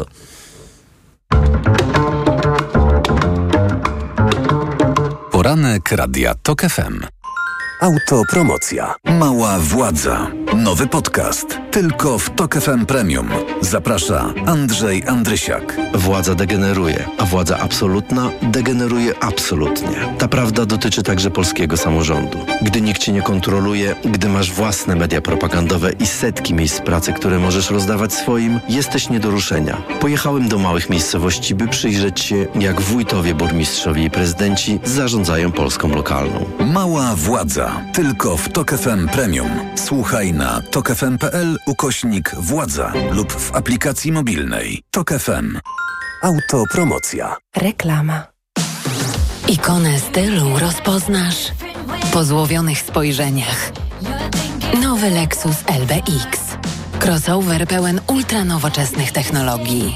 S5: Poranek Radia Tok FM.
S14: Autopromocja.
S5: Mała władza. Nowy podcast. Tylko w Tok FM Premium. Zaprasza Andrzej Andrysiak.
S15: Władza degeneruje, a władza absolutna degeneruje absolutnie. Ta prawda dotyczy także polskiego samorządu. Gdy nikt cię nie kontroluje, gdy masz własne media propagandowe i setki miejsc pracy, które możesz rozdawać swoim, jesteś nie do ruszenia. Pojechałem do małych miejscowości, by przyjrzeć się, jak wójtowie, burmistrzowie i prezydenci zarządzają Polską lokalną.
S5: Mała władza. Tylko w Tok FM Premium. Słuchaj na tokfm.pl/władza lub w aplikacji mobilnej. Tok FM.
S14: Autopromocja.
S4: Reklama. Ikonę stylu rozpoznasz po złowionych spojrzeniach. Nowy Lexus LBX. Crossover pełen ultranowoczesnych technologii.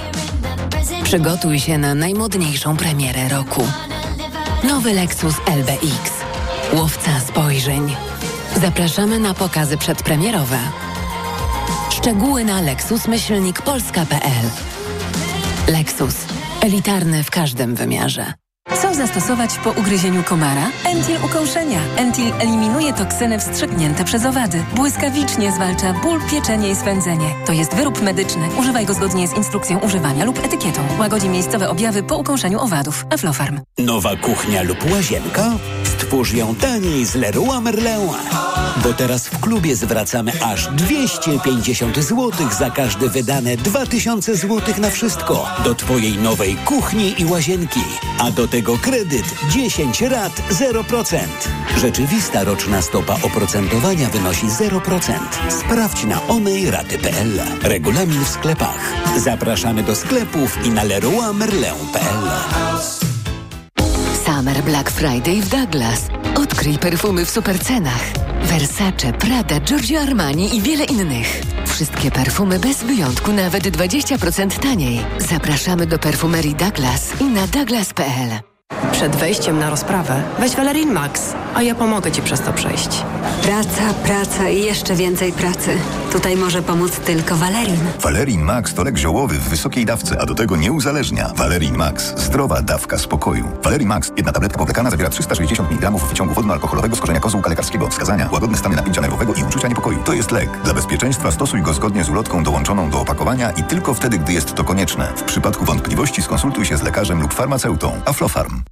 S4: Przygotuj się na najmodniejszą premierę roku. Nowy Lexus LBX. Łowca spojrzeń. Zapraszamy na pokazy przedpremierowe. Szczegóły na lexus-polska.pl. Lexus. Elitarny w każdym wymiarze.
S20: Co zastosować po ugryzieniu komara? Entil ukąszenia. Entil eliminuje toksyny wstrzyknięte przez owady. Błyskawicznie zwalcza ból, pieczenie i swędzenie. To jest wyrób medyczny. Używaj go zgodnie z instrukcją używania lub etykietą. Łagodzi miejscowe objawy po ukąszeniu owadów. Aflofarm.
S18: Nowa kuchnia lub łazienka? Stwórz ją taniej z Leroy Merlin. Bo teraz w klubie zwracamy aż 250 zł za każde wydane 2000 zł na wszystko. Do twojej nowej kuchni i łazienki. A do tego kredyt 10 rat 0%. Rzeczywista roczna stopa oprocentowania wynosi 0%. Sprawdź na onejraty.pl. Regulamin w sklepach. Zapraszamy do sklepów i na leroymerlin.pl.
S4: Summer Black Friday w Douglas. Odkryj perfumy w supercenach. Versace, Prada, Giorgio Armani i wiele innych. Wszystkie perfumy bez wyjątku nawet 20% taniej. Zapraszamy do perfumerii Douglas i na douglas.pl.
S6: Przed wejściem na rozprawę weź Valerin Max, a ja pomogę Ci przez to przejść.
S7: Praca i jeszcze więcej pracy. Tutaj może pomóc tylko Valerin.
S23: Valerin Max to lek ziołowy w wysokiej dawce, a do tego nie uzależnia. Valerin Max. Zdrowa dawka spokoju. Valerin Max. Jedna tabletka powlekana zawiera 360 mg wyciągu wodno-alkoholowego z korzenia kozłka lekarskiego. Wskazania: łagodne stany napięcia nerwowego i uczucia niepokoju. To jest lek. Dla bezpieczeństwa stosuj go zgodnie z ulotką dołączoną do opakowania i tylko wtedy, gdy jest to konieczne. W przypadku wątpliwości skonsultuj się z lekarzem lub farmaceutą. Aflofarm.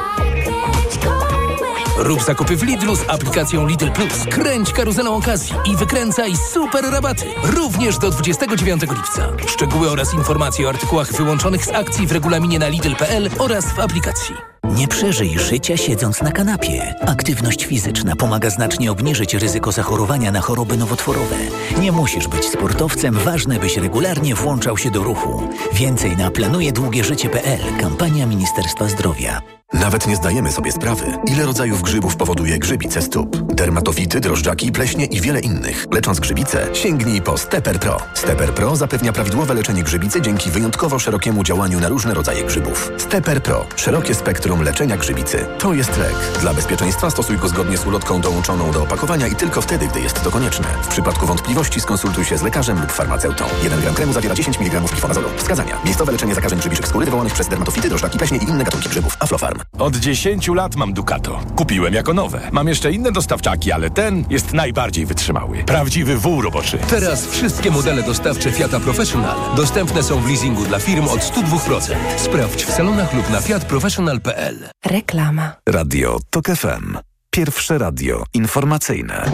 S10: Rób zakupy w Lidlu z aplikacją Lidl Plus. Kręć karuzelą okazji i wykręcaj super rabaty. Również do 29 lipca. Szczegóły oraz informacje o artykułach wyłączonych z akcji w regulaminie na Lidl.pl oraz w aplikacji.
S24: Nie przeżyj życia siedząc na kanapie. Aktywność fizyczna pomaga znacznie obniżyć ryzyko zachorowania na choroby nowotworowe. Nie musisz być sportowcem, ważne byś regularnie włączał się do ruchu. Więcej na planujedługieżycie.pl. Kampania Ministerstwa Zdrowia.
S9: Nawet nie zdajemy sobie sprawy, ile rodzajów grzybów powoduje grzybice stóp. Dermatofity, drożdżaki, pleśnie i wiele innych. Lecząc grzybice, sięgnij po Stepper Pro. Stepper Pro zapewnia prawidłowe leczenie grzybicy dzięki wyjątkowo szerokiemu działaniu na różne rodzaje grzybów. Stepper Pro. Szerokie spektrum leczenia grzybicy. To jest lek. Dla bezpieczeństwa stosuj go zgodnie z ulotką dołączoną do opakowania i tylko wtedy, gdy jest to konieczne. W przypadku wątpliwości skonsultuj się z lekarzem lub farmaceutą. 1 gram kremu zawiera 10 mg glifonazolu. Wskazania: miejscowe leczenie zakażeń grzybiczych skóry wywołanych przez dermatofity, drożdżaki, pleśnie i inne gatunki grzybów. Aflofarm.
S25: Od 10 lat mam Ducato. Kupiłem jako nowe. Mam jeszcze inne dostawczaki, ale ten jest najbardziej wytrzymały. Prawdziwy wół roboczy.
S10: Teraz wszystkie modele dostawcze Fiata Professional dostępne są w leasingu dla firm od 102%. Sprawdź w salonach lub na fiatprofessional.pl.
S6: Reklama.
S5: Radio TOK FM. Pierwsze radio informacyjne.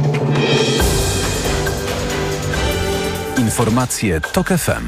S5: Informacje TOK FM.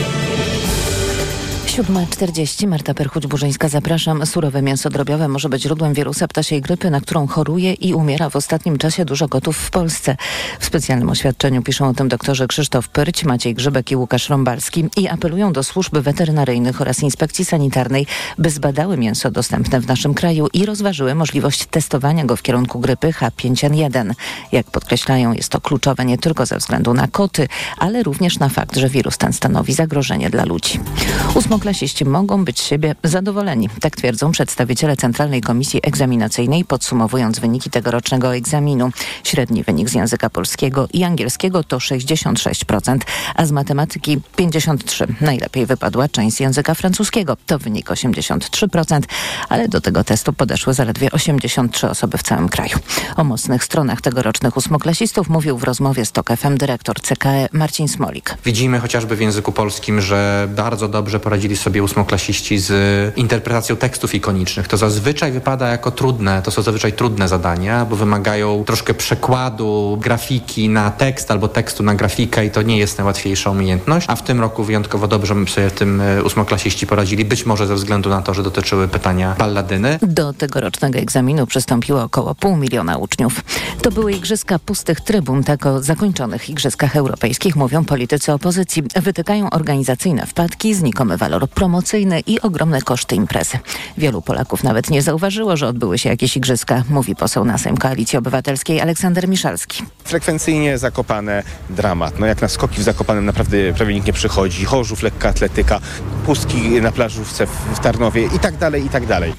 S1: 7:40. Marta Perchuć-Burzyńska, zapraszam. Surowe mięso drobiowe może być źródłem wirusa ptasiej grypy, na którą choruje i umiera w ostatnim czasie dużo kotów w Polsce. W specjalnym oświadczeniu piszą o tym doktorzy Krzysztof Pyrć, Maciej Grzybek i Łukasz Rąbalski i apelują do służb weterynaryjnych oraz inspekcji sanitarnej, by zbadały mięso dostępne w naszym kraju i rozważyły możliwość testowania go w kierunku grypy H5N1. Jak podkreślają, jest to kluczowe nie tylko ze względu na koty, ale również na fakt, że wirus ten stanowi zagrożenie dla ludzi. Ósmoklasiści mogą być siebie zadowoleni. Tak twierdzą przedstawiciele Centralnej Komisji Egzaminacyjnej, podsumowując wyniki tegorocznego egzaminu. Średni wynik z języka polskiego i angielskiego to 66%, a z matematyki 53%. Najlepiej wypadła część z języka francuskiego. To wynik 83%, ale do tego testu podeszły zaledwie 83 osoby w całym kraju. O mocnych stronach tegorocznych ósmoklasistów mówił w rozmowie z TOK FM dyrektor CKE Marcin Smolik.
S26: Widzimy chociażby w języku polskim, że bardzo dobrze poradzili sobie ósmoklasiści z interpretacją tekstów ikonicznych. To zazwyczaj wypada jako trudne, to są zazwyczaj trudne zadania, bo wymagają troszkę przekładu grafiki na tekst albo tekstu na grafikę i to nie jest najłatwiejsza umiejętność, a w tym roku wyjątkowo dobrze sobie w tym ósmoklasiści poradzili, być może ze względu na to, że dotyczyły pytania Palladyny. Do tegorocznego egzaminu przystąpiło około 500 000 uczniów. To były igrzyska pustych trybun. Tak o zakończonych igrzyskach europejskich mówią politycy opozycji. Wytykają organizacyjne wpadki, znikomy walor promocyjny i ogromne koszty imprezy. Wielu Polaków nawet nie zauważyło, że odbyły się jakieś igrzyska, mówi poseł na Sejm Koalicji Obywatelskiej Aleksander Miszalski.
S27: Frekwencyjnie Zakopane dramat. No jak na skoki w Zakopanem naprawdę prawie nikt nie przychodzi. Chorzów, lekka atletyka, pustki na plażówce w Tarnowie i tak dalej, i tak dalej.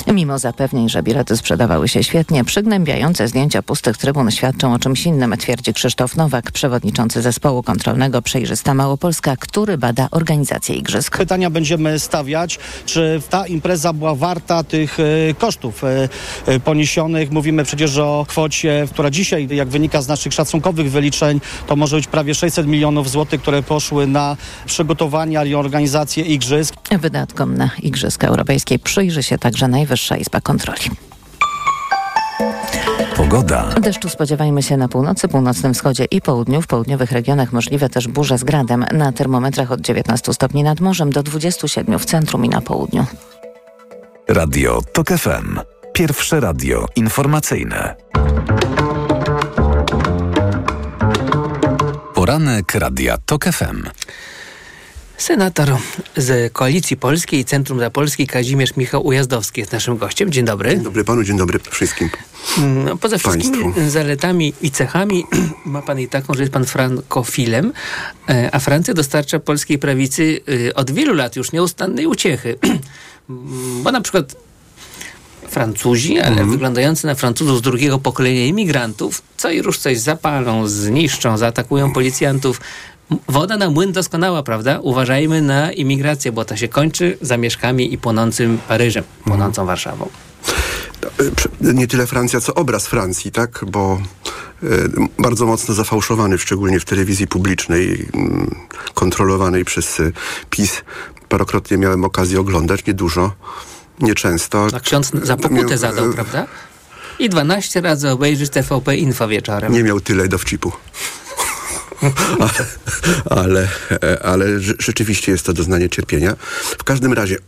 S1: Mimo zapewnień, że bilety sprzedawały się świetnie, przygnębiające zdjęcia pustych trybun świadczą o czymś innym, twierdzi Krzysztof Nowak, przewodniczący zespołu kontrolnego Przejrzysta Małopolska, który bada organizację igrzysk.
S8: Pytania będziemy stawiać, czy ta impreza była warta tych kosztów poniesionych. Mówimy przecież o kwocie, która dzisiaj, jak wynika z naszych szacunkowych wyliczeń, to może być prawie 600 milionów złotych, które poszły na przygotowania i organizację igrzysk.
S1: Wydatkom na Igrzyska Europejskie przyjrzy się także Najwyższa Izba Kontroli.
S5: Pogoda.
S1: Deszczu spodziewajmy się na północy, północnym wschodzie i południu. W południowych regionach możliwe też burze z gradem. Na termometrach od 19 stopni nad morzem do 27 w centrum i na południu.
S5: Radio TOK FM. Pierwsze radio informacyjne. Poranek Radia TOK FM.
S11: Senator z Koalicji Polskiej i Centrum dla Polski Kazimierz Michał Ujazdowski jest naszym gościem. Dzień dobry.
S12: Dzień dobry panu, dzień dobry wszystkim.
S11: Poza wszystkimi zaletami i cechami ma pan i taką, że jest pan frankofilem, a Francja dostarcza polskiej prawicy od wielu lat już nieustannej uciechy. Bo na przykład Francuzi, ale wyglądający na Francuzów z drugiego pokolenia imigrantów, co i rusz coś zapalą, zniszczą, zaatakują policjantów. Woda na młyn doskonała, prawda? Uważajmy na imigrację, bo to się kończy zamieszkami i płonącym Paryżem, płonącą Warszawą.
S12: Nie tyle Francja, co obraz Francji, tak? Bo bardzo mocno zafałszowany, szczególnie w telewizji publicznej, kontrolowanej przez PiS. Parokrotnie miałem okazję oglądać, niedużo, nieczęsto.
S11: A ksiądz za pokutę zadał, prawda? I 12 razy obejrzysz TVP Info wieczorem.
S12: Nie miał tyle dowcipu. Ale rzeczywiście jest to doznanie cierpienia. W każdym razie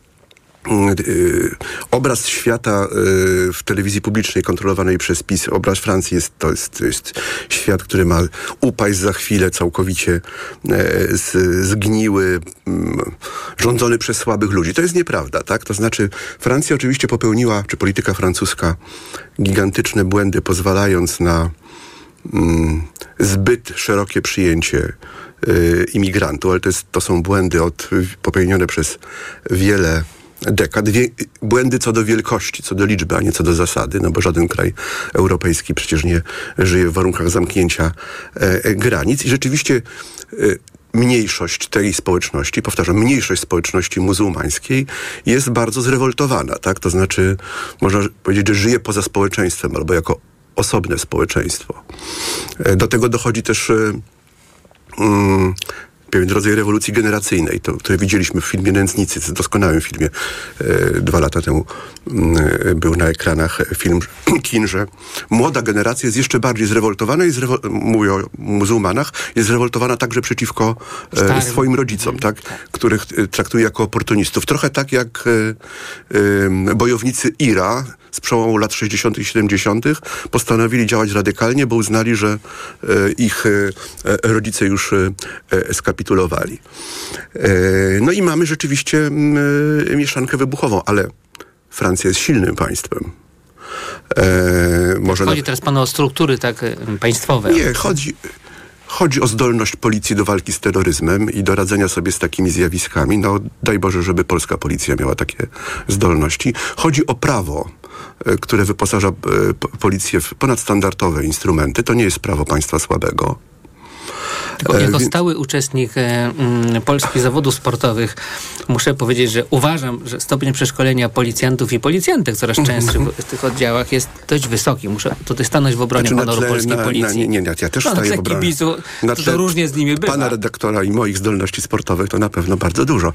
S12: obraz świata w telewizji publicznej kontrolowanej przez PiS, obraz Francji to jest świat, który ma upaść za chwilę całkowicie zgniły, rządzony przez słabych ludzi. To jest nieprawda, tak? To znaczy Francja oczywiście popełniła, czy polityka francuska, gigantyczne błędy, pozwalając na zbyt szerokie przyjęcie imigrantów, ale to są błędy popełnione przez wiele dekad. Błędy co do wielkości, co do liczby, a nie co do zasady, no bo żaden kraj europejski przecież nie żyje w warunkach zamknięcia granic. I rzeczywiście mniejszość tej społeczności, powtarzam, mniejszość społeczności muzułmańskiej jest bardzo zrewoltowana, tak? To znaczy, można powiedzieć, że żyje poza społeczeństwem albo jako osobne społeczeństwo. Do tego dochodzi też pewien rodzaj rewolucji generacyjnej, które widzieliśmy w filmie Nędznicy, doskonałym filmie. 2 lata temu był na ekranach film kin, że młoda generacja jest jeszcze bardziej zrewoltowana i mówię o muzułmanach, jest zrewoltowana także przeciwko swoim rodzicom, tak? Których traktuje jako oportunistów. Trochę tak jak bojownicy IRA z przełomu lat 60. i 70. postanowili działać radykalnie, bo uznali, że ich rodzice już skapitulowali. No i mamy rzeczywiście mieszankę wybuchową, ale Francja jest silnym państwem.
S11: Chodzi teraz panu o struktury tak państwowe.
S12: Nie, chodzi o zdolność policji do walki z terroryzmem i do radzenia sobie z takimi zjawiskami. No daj Boże, żeby polska policja miała takie zdolności. Chodzi o prawo, które wyposaża policję w ponadstandardowe instrumenty. To nie jest prawo państwa słabego.
S11: Jako stały uczestnik polskich zawodów sportowych muszę powiedzieć, że uważam, że stopień przeszkolenia policjantów i policjantek coraz częstszy w tych oddziałach jest dość wysoki. Muszę tutaj stanąć w obronie honoru polskiej policji.
S12: Nie, ja też staję w obronie.
S11: Kibicu, to różnie z nimi bywa.
S12: Pana redaktora i moich zdolności sportowych to na pewno bardzo dużo.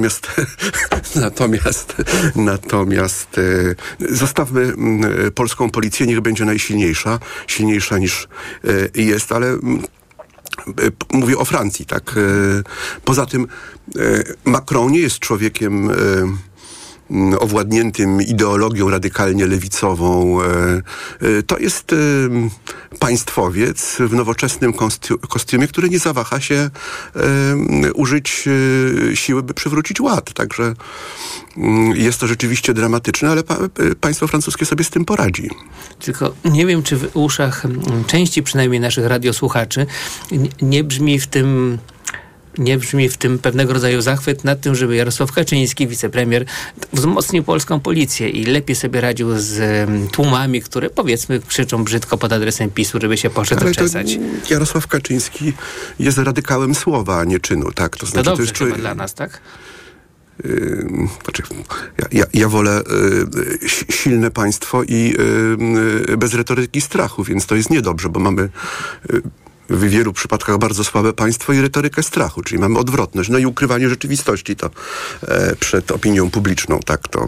S12: Natomiast zostawmy polską policję, niech będzie silniejsza niż jest, ale mówię o Francji, tak? Poza tym Macron nie jest człowiekiem owładniętym ideologią radykalnie lewicową. To jest państwowiec w nowoczesnym kostiumie, który nie zawaha się użyć siły, by przywrócić ład. Także jest to rzeczywiście dramatyczne, ale państwo francuskie sobie z tym poradzi.
S11: Tylko nie wiem, czy w uszach części przynajmniej naszych radiosłuchaczy nie brzmi w tym nie brzmi w tym pewnego rodzaju zachwyt nad tym, żeby Jarosław Kaczyński, wicepremier, wzmocnił polską policję i lepiej sobie radził z tłumami, które powiedzmy krzyczą brzydko pod adresem PiS-u, żeby się poszedł czesać.
S12: Jarosław Kaczyński jest radykałem słowa, a nie czynu, tak? To znaczy,
S11: dobrze
S12: to jest człowiek
S11: chyba dla nas, tak?
S12: Ja wolę silne państwo i bez retoryki strachu, więc to jest niedobrze, bo mamy w wielu przypadkach bardzo słabe państwo i retorykę strachu, czyli mamy odwrotność, no i ukrywanie rzeczywistości to przed opinią publiczną, tak, to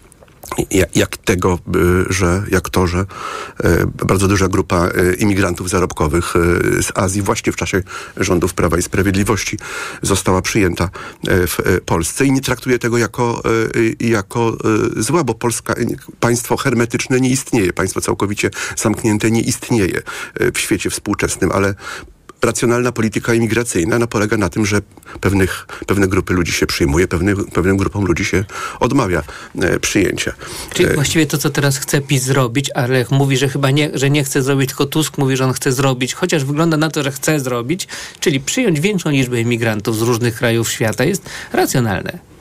S12: jak to, że bardzo duża grupa imigrantów zarobkowych z Azji właśnie w czasie rządów Prawa i Sprawiedliwości została przyjęta w Polsce i nie traktuje tego jako zła, bo państwo hermetyczne nie istnieje, państwo całkowicie zamknięte nie istnieje w świecie współczesnym, ale racjonalna polityka imigracyjna polega na tym, że pewne grupy ludzi się przyjmuje, pewnym grupom ludzi się odmawia przyjęcia.
S11: Czyli właściwie to, co teraz chce PiS zrobić, ale mówi, że chyba nie chce zrobić, tylko Tusk mówi, że on chce zrobić, chociaż wygląda na to, że chce zrobić, czyli przyjąć większą liczbę imigrantów z różnych krajów świata, jest racjonalne.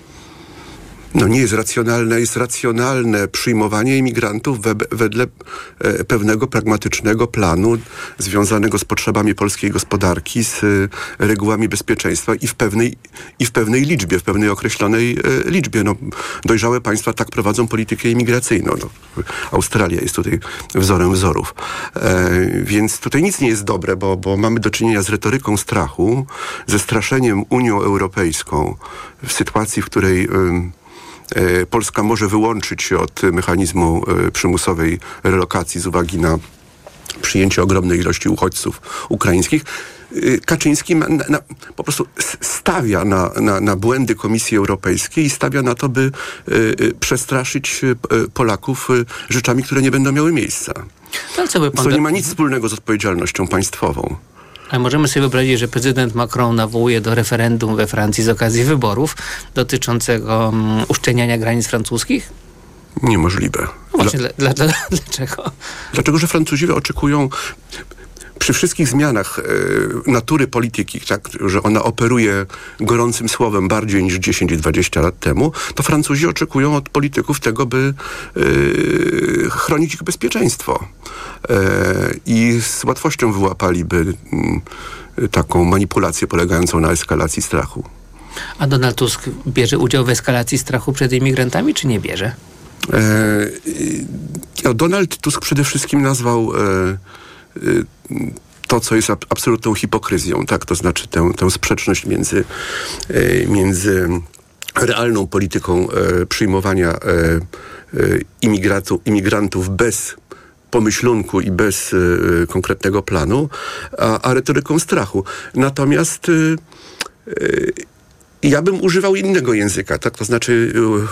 S12: No nie jest racjonalne, jest racjonalne przyjmowanie imigrantów wedle pewnego pragmatycznego planu związanego z potrzebami polskiej gospodarki, z regułami bezpieczeństwa i w pewnej liczbie, w pewnej określonej liczbie. No, dojrzałe państwa tak prowadzą politykę imigracyjną. No, Australia jest tutaj wzorem wzorów. Więc tutaj nic nie jest dobre, bo mamy do czynienia z retoryką strachu, ze straszeniem Unią Europejską w sytuacji, w której Polska może wyłączyć się od mechanizmu przymusowej relokacji z uwagi na przyjęcie ogromnej ilości uchodźców ukraińskich. Kaczyński po prostu stawia na błędy Komisji Europejskiej i stawia na to, by przestraszyć Polaków rzeczami, które nie będą miały miejsca. To nie ma nic wspólnego z odpowiedzialnością państwową.
S11: A możemy sobie wyobrazić, że prezydent Macron nawołuje do referendum we Francji z okazji wyborów dotyczącego uszczelniania granic francuskich?
S12: Niemożliwe.
S11: No właśnie, dlaczego?
S12: Dlatego, że Francuzi oczekują przy wszystkich zmianach natury polityki, tak, że ona operuje gorącym słowem bardziej niż 10-20 lat temu, to Francuzi oczekują od polityków tego, by chronić ich bezpieczeństwo. I z łatwością wyłapaliby taką manipulację polegającą na eskalacji strachu.
S11: A Donald Tusk bierze udział w eskalacji strachu przed imigrantami, czy nie bierze?
S12: Donald Tusk przede wszystkim nazwał to, co jest absolutną hipokryzją, tak? To znaczy tę sprzeczność między realną polityką przyjmowania imigrantów bez pomyślunku i bez konkretnego planu, a retoryką strachu. Natomiast ja bym używał innego języka, tak? To znaczy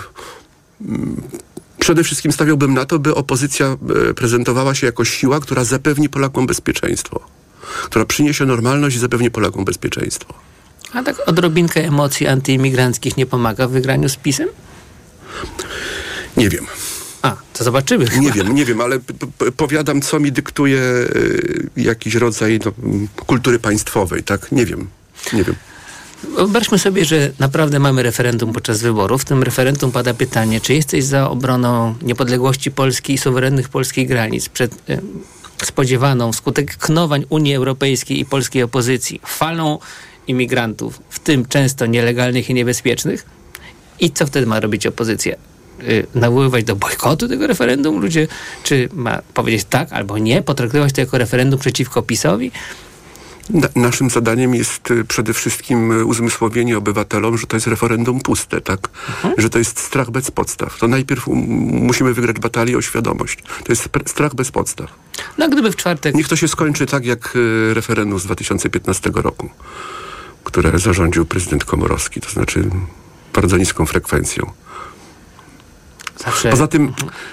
S12: przede wszystkim stawiałbym na to, by opozycja prezentowała się jako siła, która zapewni Polakom bezpieczeństwo. Która przyniesie normalność i zapewni Polakom bezpieczeństwo.
S11: A tak odrobinkę emocji antyimigranckich nie pomaga w wygraniu z PiS-em?
S12: Nie wiem.
S11: To zobaczymy.
S12: Nie wiem, ale powiadam, co mi dyktuje jakiś rodzaj kultury państwowej, tak? Nie wiem.
S11: Wyobraźmy sobie, że naprawdę mamy referendum podczas wyborów. W tym referendum pada pytanie, czy jesteś za obroną niepodległości Polski i suwerennych polskich granic przed spodziewaną wskutek knowań Unii Europejskiej i polskiej opozycji falą imigrantów, w tym często nielegalnych i niebezpiecznych? I co wtedy ma robić opozycja? Nawoływać do bojkotu tego referendum? Ludzie, czy ma powiedzieć tak albo nie? Potraktować to jako referendum przeciwko PiS-owi?
S12: Naszym zadaniem jest przede wszystkim uzmysłowienie obywatelom, że to jest referendum puste, tak? Że to jest strach bez podstaw. To najpierw musimy wygrać batalię o świadomość. To jest strach bez podstaw.
S11: No gdyby w czwartek...
S12: Niech to się skończy tak jak referendum z 2015 roku, które zarządził prezydent Komorowski. To znaczy bardzo niską frekwencją. Poza tym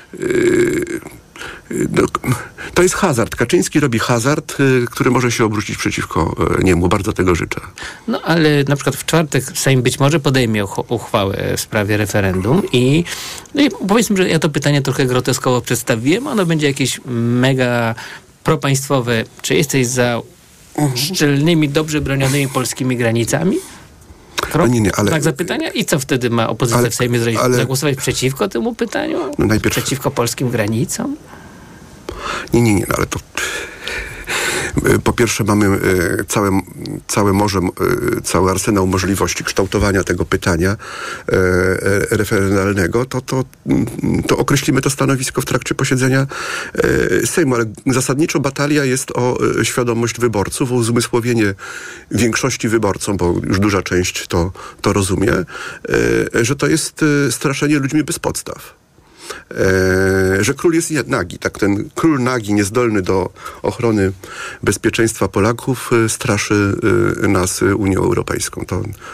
S12: to jest hazard. Kaczyński robi hazard, który może się obrócić przeciwko niemu. Bardzo tego życzę.
S11: No ale na przykład w czwartek Sejm być może podejmie uchwałę w sprawie referendum i powiedzmy, że ja to pytanie trochę groteskowo przedstawiłem. Ono będzie jakieś mega propaństwowe. Czy jesteś za szczelnymi, dobrze bronionymi polskimi granicami? Znak zapytania? I co wtedy ma opozycja w Sejmie zrobić? Zagłosować przeciwko temu pytaniu? Przeciwko polskim granicom?
S12: Nie, ale to... Po pierwsze mamy całe morze, cały arsenał możliwości kształtowania tego pytania referendalnego, to określimy to stanowisko w trakcie posiedzenia Sejmu, ale zasadniczo batalia jest o świadomość wyborców, o uzmysłowienie większości wyborcom, bo już duża część to rozumie, że to jest straszenie ludźmi bez podstaw. Że król jest nagi, tak, ten król nagi, niezdolny do ochrony bezpieczeństwa Polaków, straszy nas Unią Europejską.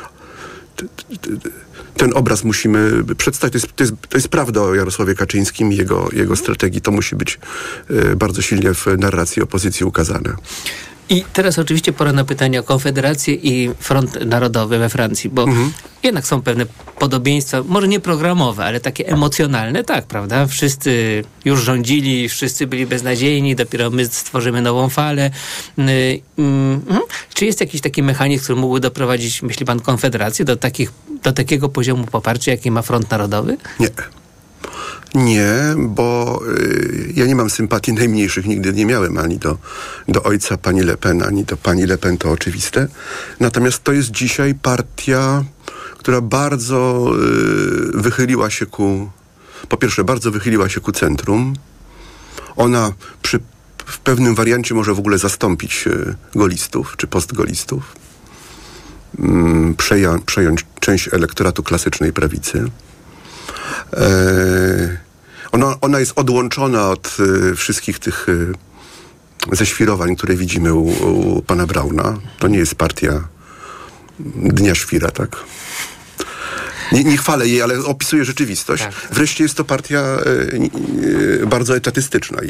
S12: Ten obraz musimy przedstawić. To jest prawda o Jarosławie Kaczyńskim i jego strategii. To musi być bardzo silnie w narracji opozycji ukazane.
S11: I teraz oczywiście pora na pytania o Konfederację i Front Narodowy we Francji, bo jednak są pewne podobieństwa, może nie programowe, ale takie emocjonalne, tak, prawda? Wszyscy już rządzili, wszyscy byli beznadziejni, dopiero my stworzymy nową falę. Czy jest jakiś taki mechanizm, który mógłby doprowadzić, myśli pan, Konfederację do takiego poziomu poparcia, jaki ma Front Narodowy?
S12: Nie, bo ja nie mam sympatii najmniejszych, nigdy nie miałem ani do ojca pani Le Pen, ani do pani Le Pen, to oczywiste. Natomiast to jest dzisiaj partia, która bardzo wychyliła się bardzo wychyliła się ku centrum. Ona w pewnym wariancie może w ogóle zastąpić golistów, czy postgolistów. Przejąć część elektoratu klasycznej prawicy. Ona jest odłączona od wszystkich tych ześwirowań, które widzimy u pana Brauna. To nie jest partia Dnia Świra, tak? Nie chwalę jej, ale opisuję rzeczywistość. Tak. Wreszcie jest to partia bardzo etatystyczna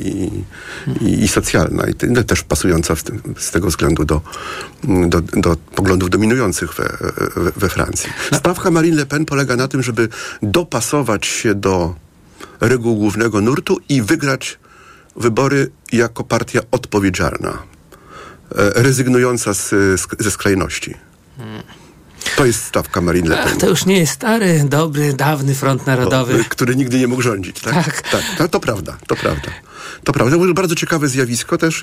S12: i socjalna i też pasująca z tego względu do poglądów dominujących we Francji. Stawka Marine Le Pen polega na tym, żeby dopasować się do reguł głównego nurtu i wygrać wybory jako partia odpowiedzialna, rezygnująca ze skrajności. To jest stawka Marine Le Pen.
S11: To już nie jest stary, dobry, dawny Front Narodowy.
S12: Który nigdy nie mógł rządzić, tak? Tak. To prawda. To prawda. To bardzo ciekawe zjawisko też,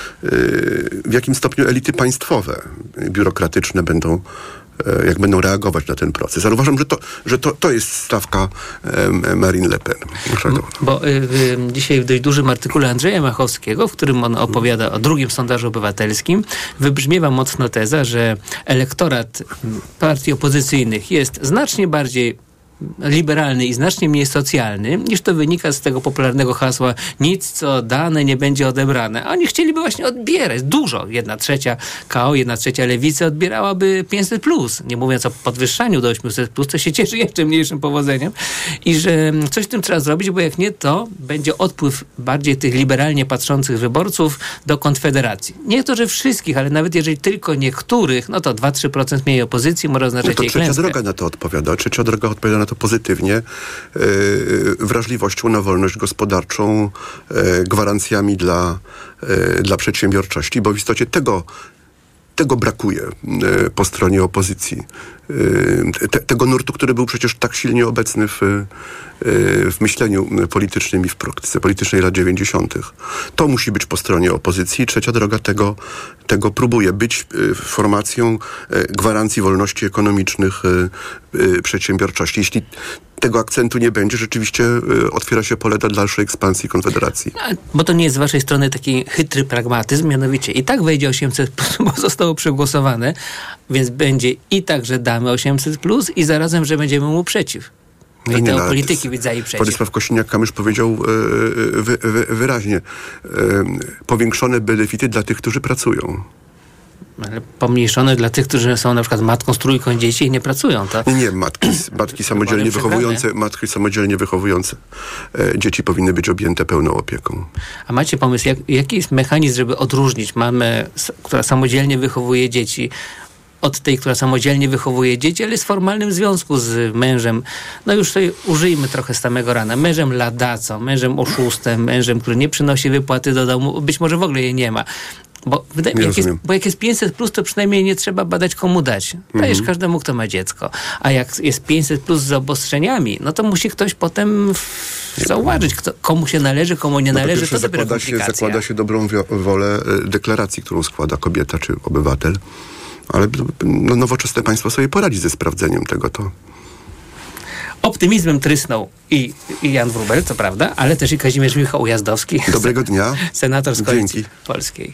S12: w jakim stopniu elity państwowe, biurokratyczne będą reagować na ten proces. Ale uważam, że to jest stawka Marine Le Pen.
S11: Bo dzisiaj w dość dużym artykule Andrzeja Machowskiego, w którym on opowiada o drugim sondażu obywatelskim, wybrzmiewa mocno teza, że elektorat partii opozycyjnych jest znacznie bardziej liberalny i znacznie mniej socjalny, niż to wynika z tego popularnego hasła nic, co dane, nie będzie odebrane. A oni chcieliby właśnie odbierać dużo. 1/3 KO, 1/3 lewicy odbierałaby 500+. Nie mówiąc o podwyższaniu do 800+, to się cieszy jeszcze mniejszym powodzeniem. I że coś z tym trzeba zrobić, bo jak nie, to będzie odpływ bardziej tych liberalnie patrzących wyborców do Konfederacji. Nie to, że wszystkich, ale nawet jeżeli tylko niektórych, no to 2-3% mniej opozycji może oznaczać jej klęskę.
S12: Trzecia droga na to odpowiada. Trzecia droga odpowiada na to pozytywnie, wrażliwością na wolność gospodarczą, gwarancjami dla przedsiębiorczości, bo w istocie tego brakuje po stronie opozycji. Tego nurtu, który był przecież tak silnie obecny w myśleniu politycznym i w praktyce politycznej lat 90. To musi być po stronie opozycji. Trzecia droga tego próbuje być formacją gwarancji wolności ekonomicznych, przedsiębiorczości. Jeśli tego akcentu nie będzie, rzeczywiście otwiera się pole dla dalszej ekspansji Konfederacji.
S11: Bo to nie jest z waszej strony taki chytry pragmatyzm, mianowicie i tak wejdzie 800+, bo zostało przegłosowane, więc będzie i tak, że damy 800+, i zarazem, że będziemy mu przeciw. I te polityki być za i przeciw.
S12: Władysław Kosiniak-Kamysz powiedział wyraźnie, powiększone benefity dla tych, którzy pracują.
S11: Ale pomniejszone dla tych, którzy są na przykład matką z 3 dzieci i nie pracują, tak?
S12: Nie, matki samodzielnie wychowujące dzieci powinny być objęte pełną opieką.
S11: A macie pomysł, jaki jest mechanizm, żeby odróżnić mamę, która samodzielnie wychowuje dzieci, od tej, która samodzielnie wychowuje dzieci, ale jest w formalnym związku z mężem, no już sobie użyjmy trochę z samego rana, mężem ladacą, mężem oszustem, mężem, który nie przynosi wypłaty do domu, być może w ogóle jej nie ma. Bo jak jest 500+, to przynajmniej nie trzeba badać, komu dać. Dajesz każdemu, kto ma dziecko. A jak jest 500+ z obostrzeniami, no to musi ktoś potem zauważyć, komu się należy, komu nie należy. To dopiero komplikacja.
S12: Zakłada się dobrą wolę deklaracji, którą składa kobieta czy obywatel. Ale nowoczesne państwo sobie poradzi ze sprawdzeniem tego.
S11: Optymizmem trysnął i Jan Wróbel, co prawda, ale też i Kazimierz Michał Ujazdowski.
S12: Dobrego dnia.
S11: Senator z Koalicji Polskiej.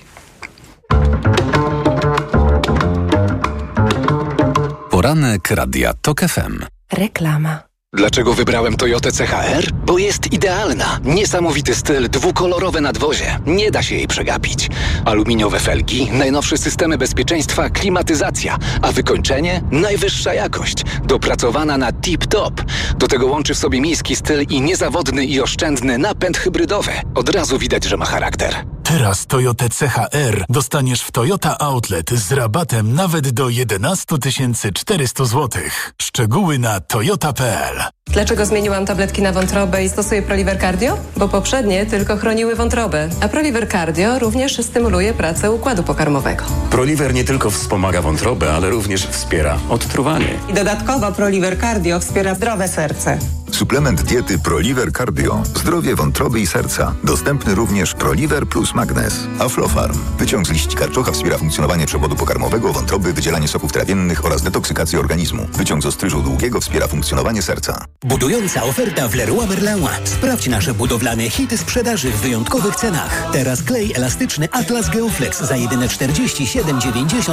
S2: Poranek Radia TOK FM.
S6: Reklama.
S10: Dlaczego wybrałem Toyotę CHR? Bo jest idealna. Niesamowity styl, dwukolorowe nadwozie. Nie da się jej przegapić. Aluminiowe felgi, najnowsze systemy bezpieczeństwa, klimatyzacja, a wykończenie? Najwyższa jakość. Dopracowana na tip-top. Do tego łączy w sobie miejski styl i niezawodny i oszczędny napęd hybrydowy. Od razu widać, że ma charakter.
S13: Teraz Toyotę CHR dostaniesz w Toyota Outlet z rabatem nawet do 11 400 zł. Szczegóły na toyota.pl.
S6: Dlaczego zmieniłam tabletki na wątrobę i stosuję Proliver Cardio? Bo poprzednie tylko chroniły wątrobę, a Proliver Cardio również stymuluje pracę układu pokarmowego.
S16: Proliver nie tylko wspomaga wątrobę, ale również wspiera odtruwanie.
S17: I dodatkowo Proliver Cardio wspiera zdrowe serce.
S23: Suplement diety Proliver Cardio. Zdrowie wątroby i serca. Dostępny również Proliver plus Magnez. Aflofarm. Wyciąg z liści karczocha wspiera funkcjonowanie przewodu pokarmowego, wątroby, wydzielanie soków trawiennych oraz detoksykację organizmu. Wyciąg z ostryżu długiego wspiera funkcjonowanie serca.
S24: Budująca oferta w Leroy Merlin. Sprawdź nasze budowlane hity sprzedaży w wyjątkowych cenach. Teraz klej elastyczny Atlas Geoflex za jedyne 47,90